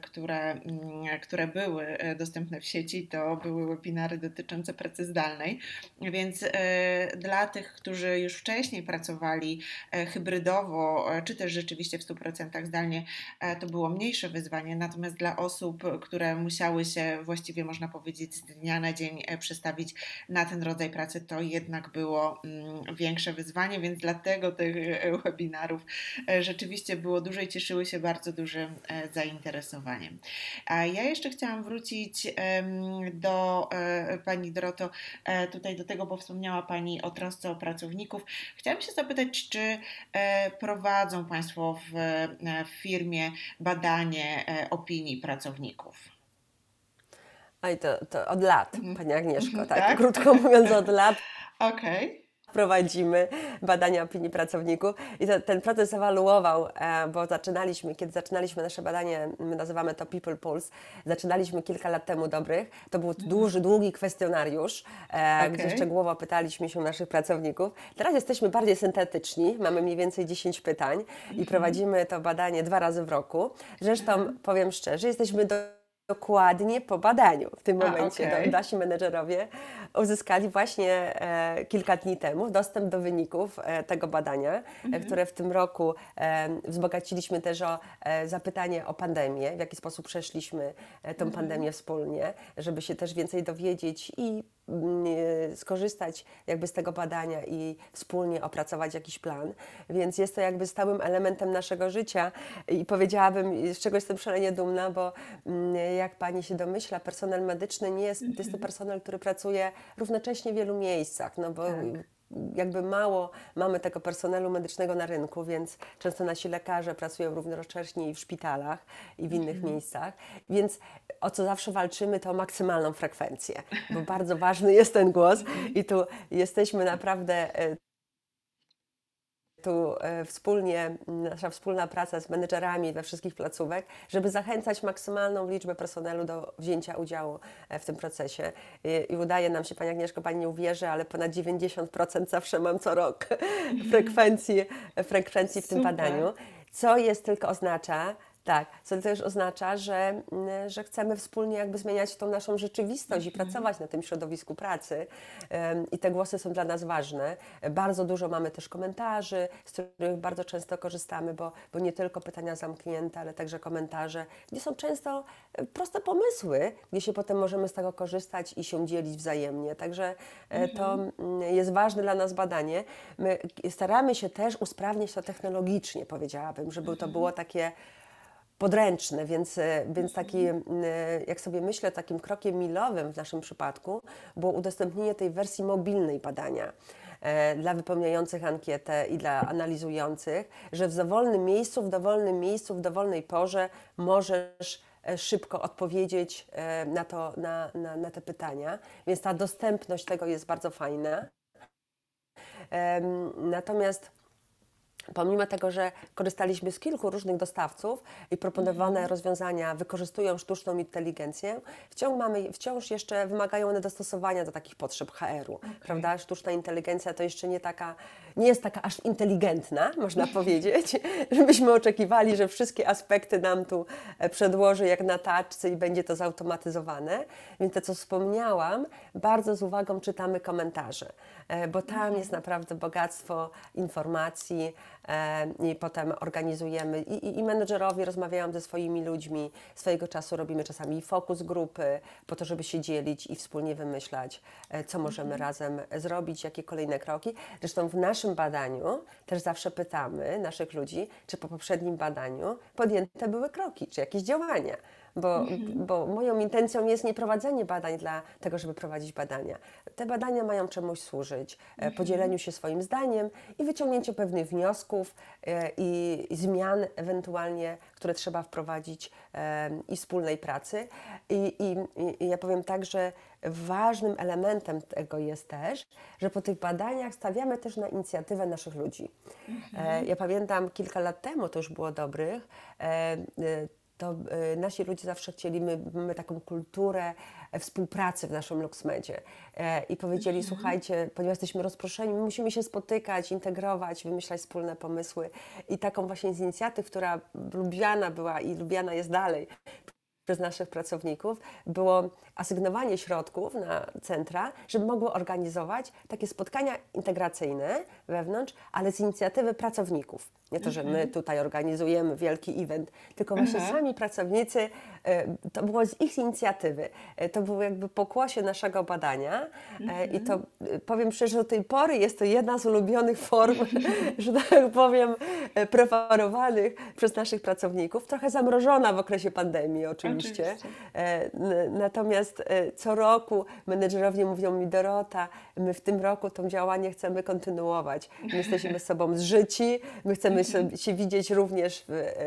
[SPEAKER 1] które były dostępne w sieci, to były webinary dotyczące pracy zdalnej, więc dla tych, którzy już wcześniej pracowali hybrydowo, czy też rzeczywiście w 100% zdalnie, to było mniejsze wyzwanie, natomiast dla osób, które musiały się właściwie, można powiedzieć, z dnia na dzień przestawić na ten rodzaj pracy, to jednak było większe wyzwanie, więc dlatego tych webinarów rzeczywiście było dużo i cieszyły się bardzo dużym zainteresowaniem. A ja jeszcze chciałam wrócić do Pani Doroto, tutaj do tego, bo wspomniała Pani o trosce o pracowników. Chciałam się zapytać, czy prowadzą Państwo w firmie badanie opinii pracowników?
[SPEAKER 2] Oj, to od lat, Pani Agnieszko, tak?
[SPEAKER 1] Tak?
[SPEAKER 2] Krótko mówiąc, od lat
[SPEAKER 1] Okej.
[SPEAKER 2] prowadzimy badania opinii pracowników i ten proces ewaluował, bo kiedy zaczynaliśmy nasze badanie, my nazywamy to People Pulse, zaczynaliśmy kilka lat temu dobrych, to był duży, długi kwestionariusz, gdzie szczegółowo pytaliśmy się naszych pracowników. Teraz jesteśmy bardziej syntetyczni, mamy mniej więcej 10 pytań i prowadzimy to badanie 2 razy w roku. Zresztą, powiem szczerze, jesteśmy dokładnie po badaniu. W tym momencie nasi menedżerowie uzyskali właśnie kilka dni temu dostęp do wyników tego badania, które w tym roku wzbogaciliśmy też o zapytanie o pandemię, w jaki sposób przeszliśmy tą pandemię wspólnie, żeby się też więcej dowiedzieć i skorzystać jakby z tego badania i wspólnie opracować jakiś plan. Więc jest to jakby stałym elementem naszego życia i powiedziałabym, z czego jestem szalenie dumna, bo jak Pani się domyśla, personel medyczny nie jest, jest to personel, który pracuje równocześnie w wielu miejscach, no bo jakby mało mamy tego personelu medycznego na rynku, więc często nasi lekarze pracują równocześnie i w szpitalach i w innych miejscach, więc o co zawsze walczymy, to o maksymalną frekwencję, bo bardzo ważny jest ten głos i tu jesteśmy naprawdę wspólnie, nasza wspólna praca z menedżerami we wszystkich placówek, żeby zachęcać maksymalną liczbę personelu do wzięcia udziału w tym procesie. I udaje nam się, Pani Agnieszko, Pani nie uwierzy, ale ponad 90% zawsze mam co rok frekwencji w tym badaniu, co też oznacza, że chcemy wspólnie jakby zmieniać tą naszą rzeczywistość i pracować na tym środowisku pracy. I te głosy są dla nas ważne. Bardzo dużo mamy też komentarzy, z których bardzo często korzystamy, bo nie tylko pytania zamknięte, ale także komentarze, gdzie są często proste pomysły, gdzie się potem możemy z tego korzystać i się dzielić wzajemnie. Także to jest ważne dla nas badanie. My staramy się też usprawnić to technologicznie, powiedziałabym, żeby to było takie podręczne, więc taki, jak sobie myślę, takim krokiem milowym w naszym przypadku było udostępnienie tej wersji mobilnej badania dla wypełniających ankietę i dla analizujących, że w dowolnym miejscu, w dowolnej porze możesz szybko odpowiedzieć na te pytania, więc ta dostępność tego jest bardzo fajna. Natomiast pomimo tego, że korzystaliśmy z kilku różnych dostawców i proponowane rozwiązania wykorzystują sztuczną inteligencję, wciąż jeszcze wymagają one dostosowania do takich potrzeb HR-u, prawda? Sztuczna inteligencja to jeszcze nie jest taka aż inteligentna, można powiedzieć, żebyśmy oczekiwali, że wszystkie aspekty nam tu przedłoży jak na taczce i będzie to zautomatyzowane. Więc to, co wspomniałam, bardzo z uwagą czytamy komentarze, bo tam jest naprawdę bogactwo informacji, i potem organizujemy i menedżerowie rozmawiają ze swoimi ludźmi, swojego czasu robimy czasami fokus grupy po to, żeby się dzielić i wspólnie wymyślać, co możemy razem zrobić, jakie kolejne kroki. Zresztą w naszym badaniu też zawsze pytamy naszych ludzi, czy po poprzednim badaniu podjęte były kroki, czy jakieś działania, bo moją intencją jest nie prowadzenie badań dla tego, żeby prowadzić badania. Te badania mają czemuś służyć, podzieleniu się swoim zdaniem i wyciągnięciu pewnych wniosków i zmian ewentualnie, które trzeba wprowadzić i wspólnej pracy. I ja powiem tak, że ważnym elementem tego jest też, że po tych badaniach stawiamy też na inicjatywę naszych ludzi. Ja pamiętam kilka lat temu, to już było dobrych, to nasi ludzie zawsze chcieli, mamy taką kulturę współpracy w naszym LuxMedzie i powiedzieli, słuchajcie, ponieważ jesteśmy rozproszeni, my musimy się spotykać, integrować, wymyślać wspólne pomysły i taką właśnie z inicjatyw, która lubiana była i lubiana jest dalej przez naszych pracowników, było asygnowanie środków na centra, żeby mogły organizować takie spotkania integracyjne wewnątrz, ale z inicjatywy pracowników. Nie to, że my tutaj organizujemy wielki event, tylko właśnie sami pracownicy, to było z ich inicjatywy. To było jakby pokłosie naszego badania i to powiem szczerze, do tej pory jest to jedna z ulubionych form, że tak powiem, preferowanych przez naszych pracowników. Trochę zamrożona w okresie pandemii oczywiście. Natomiast co roku menedżerowie mówią mi, Dorota, my w tym roku to działanie chcemy kontynuować. My jesteśmy z sobą zżyci, my chcemy się widzieć również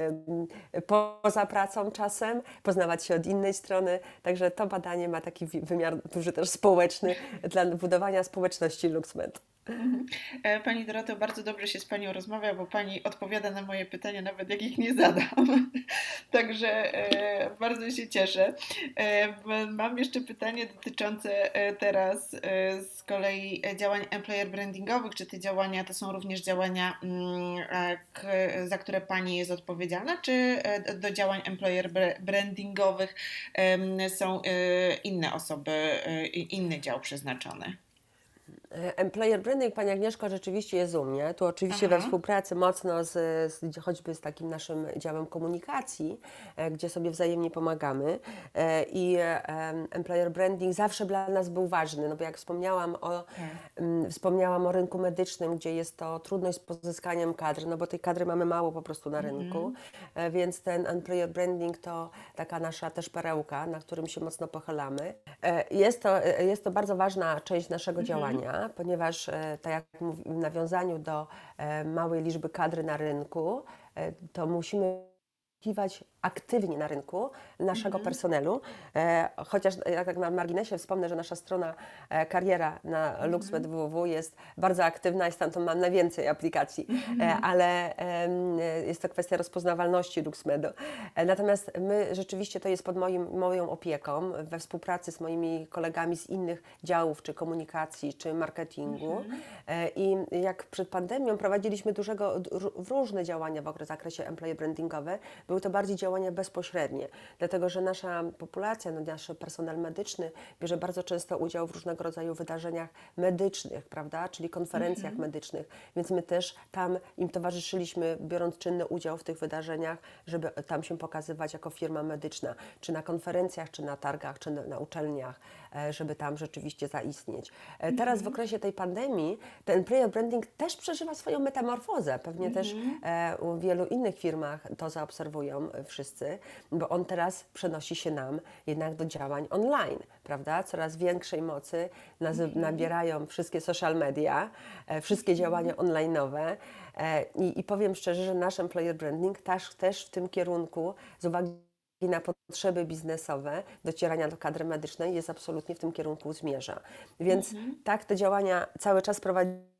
[SPEAKER 2] poza pracą czasem, poznawać się od innej strony. Także to badanie ma taki wymiar duży też społeczny dla budowania społeczności LuxMed.
[SPEAKER 1] Pani Doroto, bardzo dobrze się z Panią rozmawia, bo Pani odpowiada na moje pytania, nawet jak ich nie zadam. Także bardzo się cieszę. Mam jeszcze pytanie dotyczące teraz z kolei działań employer brandingowych. Czy te działania to są również działania, za które Pani jest odpowiedzialna, czy do działań employer brandingowych są inne osoby, inny dział przeznaczony?
[SPEAKER 2] Employer branding, Pani Agnieszko, rzeczywiście jest u mnie. Tu oczywiście we współpracy mocno choćby z takim naszym działem komunikacji, gdzie sobie wzajemnie pomagamy. I employer branding zawsze dla nas był ważny, no bo jak wspomniałam o rynku medycznym, gdzie jest to trudność z pozyskaniem kadr, no bo tej kadry mamy mało po prostu na rynku, więc ten employer branding to taka nasza też perełka, na którym się mocno pochylamy. Jest to bardzo ważna część naszego działania, ponieważ tak jak w nawiązaniu do małej liczby kadry na rynku, to musimy poszukiwać aktywnie na rynku naszego personelu, chociaż ja tak na marginesie wspomnę, że nasza strona kariera na LuxMed www jest bardzo aktywna i stamtąd mam najwięcej aplikacji, ale jest to kwestia rozpoznawalności LuxMedu. Natomiast my rzeczywiście to jest pod moją opieką, we współpracy z moimi kolegami z innych działów, czy komunikacji, czy marketingu. I jak przed pandemią prowadziliśmy różne działania w zakresie employer brandingowe, były to bardziej działania bezpośrednie, dlatego że nasza populacja, nasz personel medyczny bierze bardzo często udział w różnego rodzaju wydarzeniach medycznych, prawda, czyli konferencjach medycznych, więc my też tam im towarzyszyliśmy, biorąc czynny udział w tych wydarzeniach, żeby tam się pokazywać jako firma medyczna, czy na konferencjach, czy na targach, czy na uczelniach, żeby tam rzeczywiście zaistnieć. Teraz w okresie tej pandemii ten employer branding też przeżywa swoją metamorfozę, pewnie też u wielu innych firmach to zaobserwują wszyscy, bo on teraz przenosi się nam jednak do działań online, prawda? Coraz większej mocy nabierają wszystkie social media, wszystkie działania online'owe i powiem szczerze, że nasz employer branding też w tym kierunku z uwagi na potrzeby biznesowe, docierania do kadry medycznej jest absolutnie w tym kierunku zmierza. Więc tak te działania cały czas prowadzimy.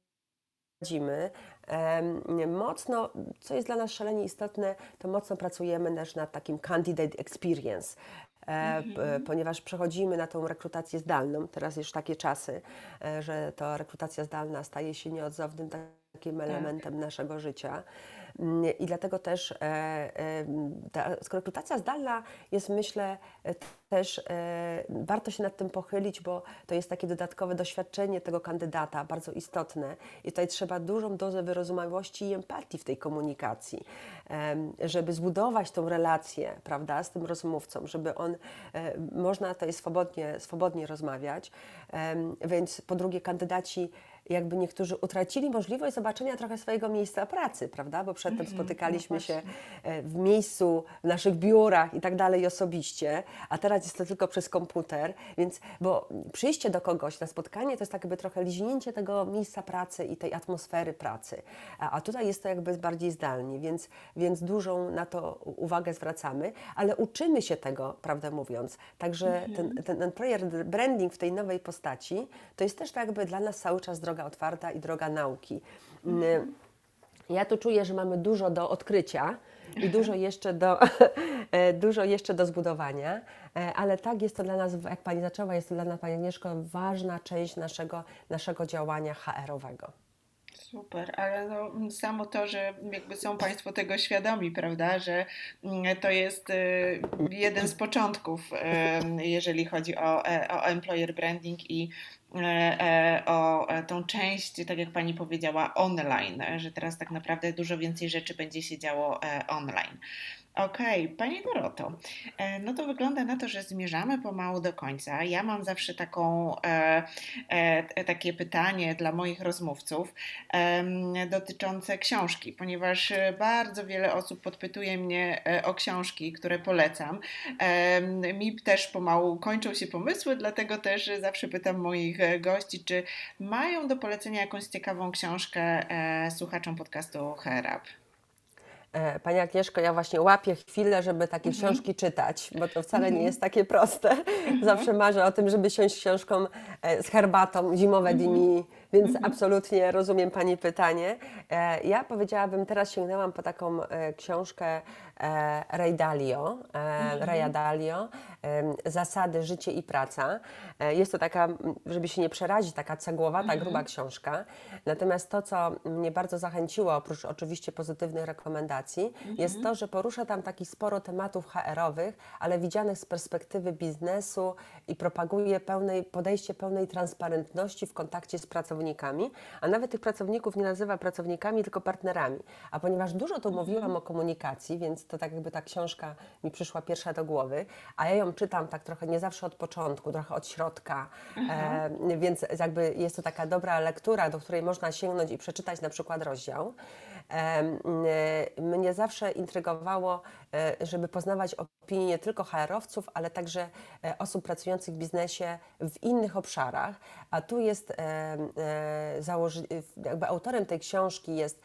[SPEAKER 2] Mocno, co jest dla nas szalenie istotne, to mocno pracujemy też nad takim candidate experience, ponieważ przechodzimy na tą rekrutację zdalną. Teraz już takie czasy, że to rekrutacja zdalna staje się nieodzownym takim elementem naszego życia. I dlatego też ta rekrutacja zdalna jest, myślę, też warto się nad tym pochylić, bo to jest takie dodatkowe doświadczenie tego kandydata, bardzo istotne. I tutaj trzeba dużą dozę wyrozumiałości i empatii w tej komunikacji, żeby zbudować tą relację, prawda, z tym rozmówcą, żeby można tutaj swobodnie rozmawiać. Więc po drugie kandydaci jakby niektórzy utracili możliwość zobaczenia trochę swojego miejsca pracy, prawda? Bo przedtem spotykaliśmy się w miejscu, w naszych biurach i tak dalej osobiście, a teraz jest to tylko przez komputer, więc, bo przyjście do kogoś na spotkanie to jest tak jakby trochę liźnięcie tego miejsca pracy i tej atmosfery pracy, a tutaj jest to jakby bardziej zdalnie, więc dużą na to uwagę zwracamy, ale uczymy się tego, prawdę mówiąc. Także ten employer branding w tej nowej postaci to jest też tak jakby dla nas cały czas droga otwarta i droga nauki. Ja tu czuję, że mamy dużo do odkrycia i dużo jeszcze do zbudowania, ale tak jest to dla nas, jak Pani zaczęła, jest to dla nas, Pani Agnieszko, ważna część naszego działania HR-owego.
[SPEAKER 1] Super, ale no, samo to, że jakby są Państwo tego świadomi, prawda, że to jest jeden z początków, jeżeli chodzi o employer branding i o tą część, tak jak Pani powiedziała, online, że teraz tak naprawdę dużo więcej rzeczy będzie się działo online. Okej, Pani Doroto, no to wygląda na to, że zmierzamy pomału do końca. Ja mam zawsze takie pytanie dla moich rozmówców dotyczące książki, ponieważ bardzo wiele osób podpytuje mnie o książki, które polecam. Mi też pomału kończą się pomysły, dlatego też zawsze pytam moich gości, czy mają do polecenia jakąś ciekawą książkę słuchaczom podcastu HR Up.
[SPEAKER 2] Pani Agnieszko, ja właśnie łapię chwilę, żeby takie książki czytać, bo to wcale nie jest takie proste. Zawsze marzę o tym, żeby siąść z książką z herbatą, zimowe dni, więc absolutnie rozumiem Pani pytanie. Ja powiedziałabym, teraz sięgnęłam po taką książkę Raya Dalio, Zasady, życie i praca. Jest to taka, żeby się nie przerazić, taka cegłowata, gruba książka. Natomiast to, co mnie bardzo zachęciło, oprócz oczywiście pozytywnych rekomendacji, jest to, że porusza tam takich sporo tematów HR-owych, ale widzianych z perspektywy biznesu i propaguje podejście pełnej transparentności w kontakcie z pracownikami, a nawet tych pracowników nie nazywa pracownikami, tylko partnerami. A ponieważ dużo tu mówiłam o komunikacji, więc to tak jakby ta książka mi przyszła pierwsza do głowy, a ja ją czytam tak trochę nie zawsze od początku, trochę od środka, więc jakby jest to taka dobra lektura, do której można sięgnąć i przeczytać na przykład rozdział. Mnie zawsze intrygowało, żeby poznawać opinie nie tylko HR-owców, ale także osób pracujących w biznesie w innych obszarach. A tu jest jakby autorem tej książki jest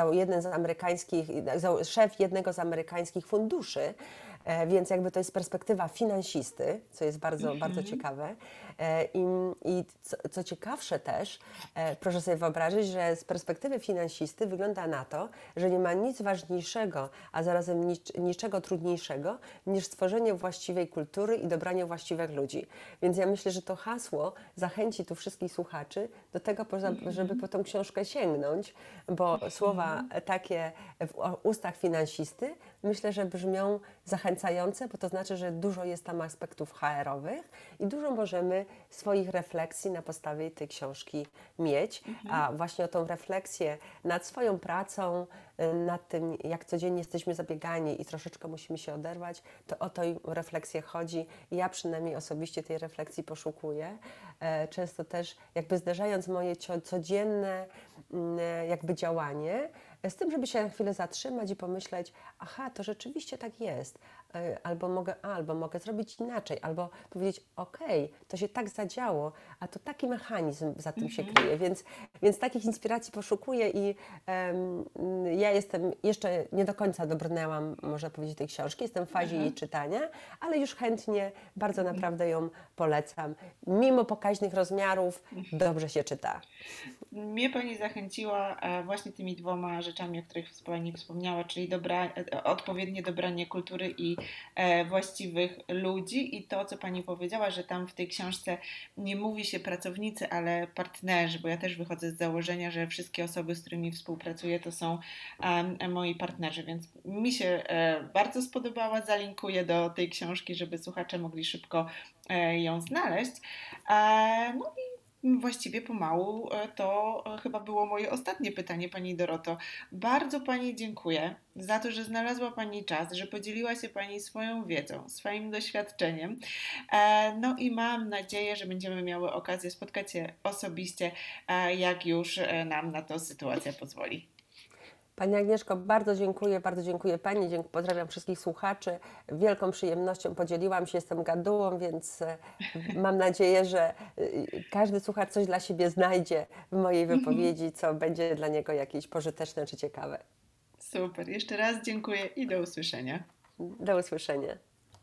[SPEAKER 2] szef jednego z amerykańskich funduszy, więc jakby to jest perspektywa finansisty, co jest bardzo, bardzo ciekawe. I co ciekawsze też, proszę sobie wyobrazić, że z perspektywy finansisty wygląda na to, że nie ma nic ważniejszego, a zarazem niczego trudniejszego niż stworzenie właściwej kultury i dobranie właściwych ludzi. Więc ja myślę, że to hasło zachęci tu wszystkich słuchaczy do tego, żeby po tą książkę sięgnąć, bo słowa takie w ustach finansisty myślę, że brzmią zachęcające, bo to znaczy, że dużo jest tam aspektów HR-owych i dużo możemy swoich refleksji na podstawie tej książki mieć, a właśnie o tą refleksję nad swoją pracą, nad tym, jak codziennie jesteśmy zabiegani i troszeczkę musimy się oderwać, to o tę refleksję chodzi i ja przynajmniej osobiście tej refleksji poszukuję. Często też jakby zderzając moje codzienne jakby działanie, z tym, żeby się na chwilę zatrzymać i pomyśleć, aha, to rzeczywiście tak jest, albo mogę zrobić inaczej, albo powiedzieć, okej, to się tak zadziało, a to taki mechanizm za tym się kryje, więc takich inspiracji poszukuję i ja jestem, jeszcze nie do końca dobrnęłam, można powiedzieć, tej książki, jestem w fazie jej czytania, ale już chętnie, bardzo naprawdę ją polecam. Mimo pokaźnych rozmiarów, dobrze się czyta.
[SPEAKER 1] Mnie Pani zachęciła właśnie tymi dwoma rzeczami, o których Pani wspomniała, czyli odpowiednie dobranie kultury i właściwych ludzi i to, co Pani powiedziała, że tam w tej książce nie mówi się pracownicy, ale partnerzy, bo ja też wychodzę z założenia, że wszystkie osoby, z którymi współpracuję, to są moi partnerzy, więc mi się bardzo spodobała, zalinkuję do tej książki, żeby słuchacze mogli szybko ją znaleźć. No i Właściwie pomału to chyba było moje ostatnie pytanie, Pani Doroto. Bardzo Pani dziękuję za to, że znalazła Pani czas, że podzieliła się Pani swoją wiedzą, swoim doświadczeniem. No i mam nadzieję, że będziemy miały okazję spotkać się osobiście, jak już nam na to sytuacja pozwoli.
[SPEAKER 2] Pani Agnieszko, bardzo dziękuję Pani, pozdrawiam wszystkich słuchaczy. Wielką przyjemnością podzieliłam się, jestem gadułą, więc mam nadzieję, że każdy słuchacz coś dla siebie znajdzie w mojej wypowiedzi, co będzie dla niego jakieś pożyteczne czy ciekawe.
[SPEAKER 1] Super, jeszcze raz dziękuję i do usłyszenia.
[SPEAKER 2] Do usłyszenia.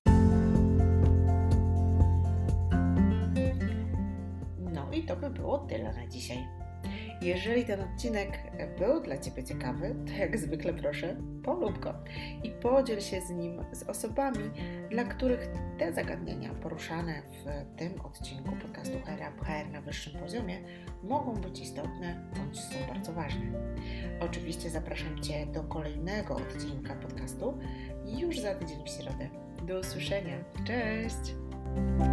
[SPEAKER 1] No i to by było tyle na dzisiaj. Jeżeli ten odcinek był dla Ciebie ciekawy, to jak zwykle proszę, polub go i podziel się z nim z osobami, dla których te zagadnienia poruszane w tym odcinku podcastu HR na wyższym poziomie mogą być istotne bądź są bardzo ważne. Oczywiście zapraszam Cię do kolejnego odcinka podcastu już za tydzień w środę. Do usłyszenia. Cześć!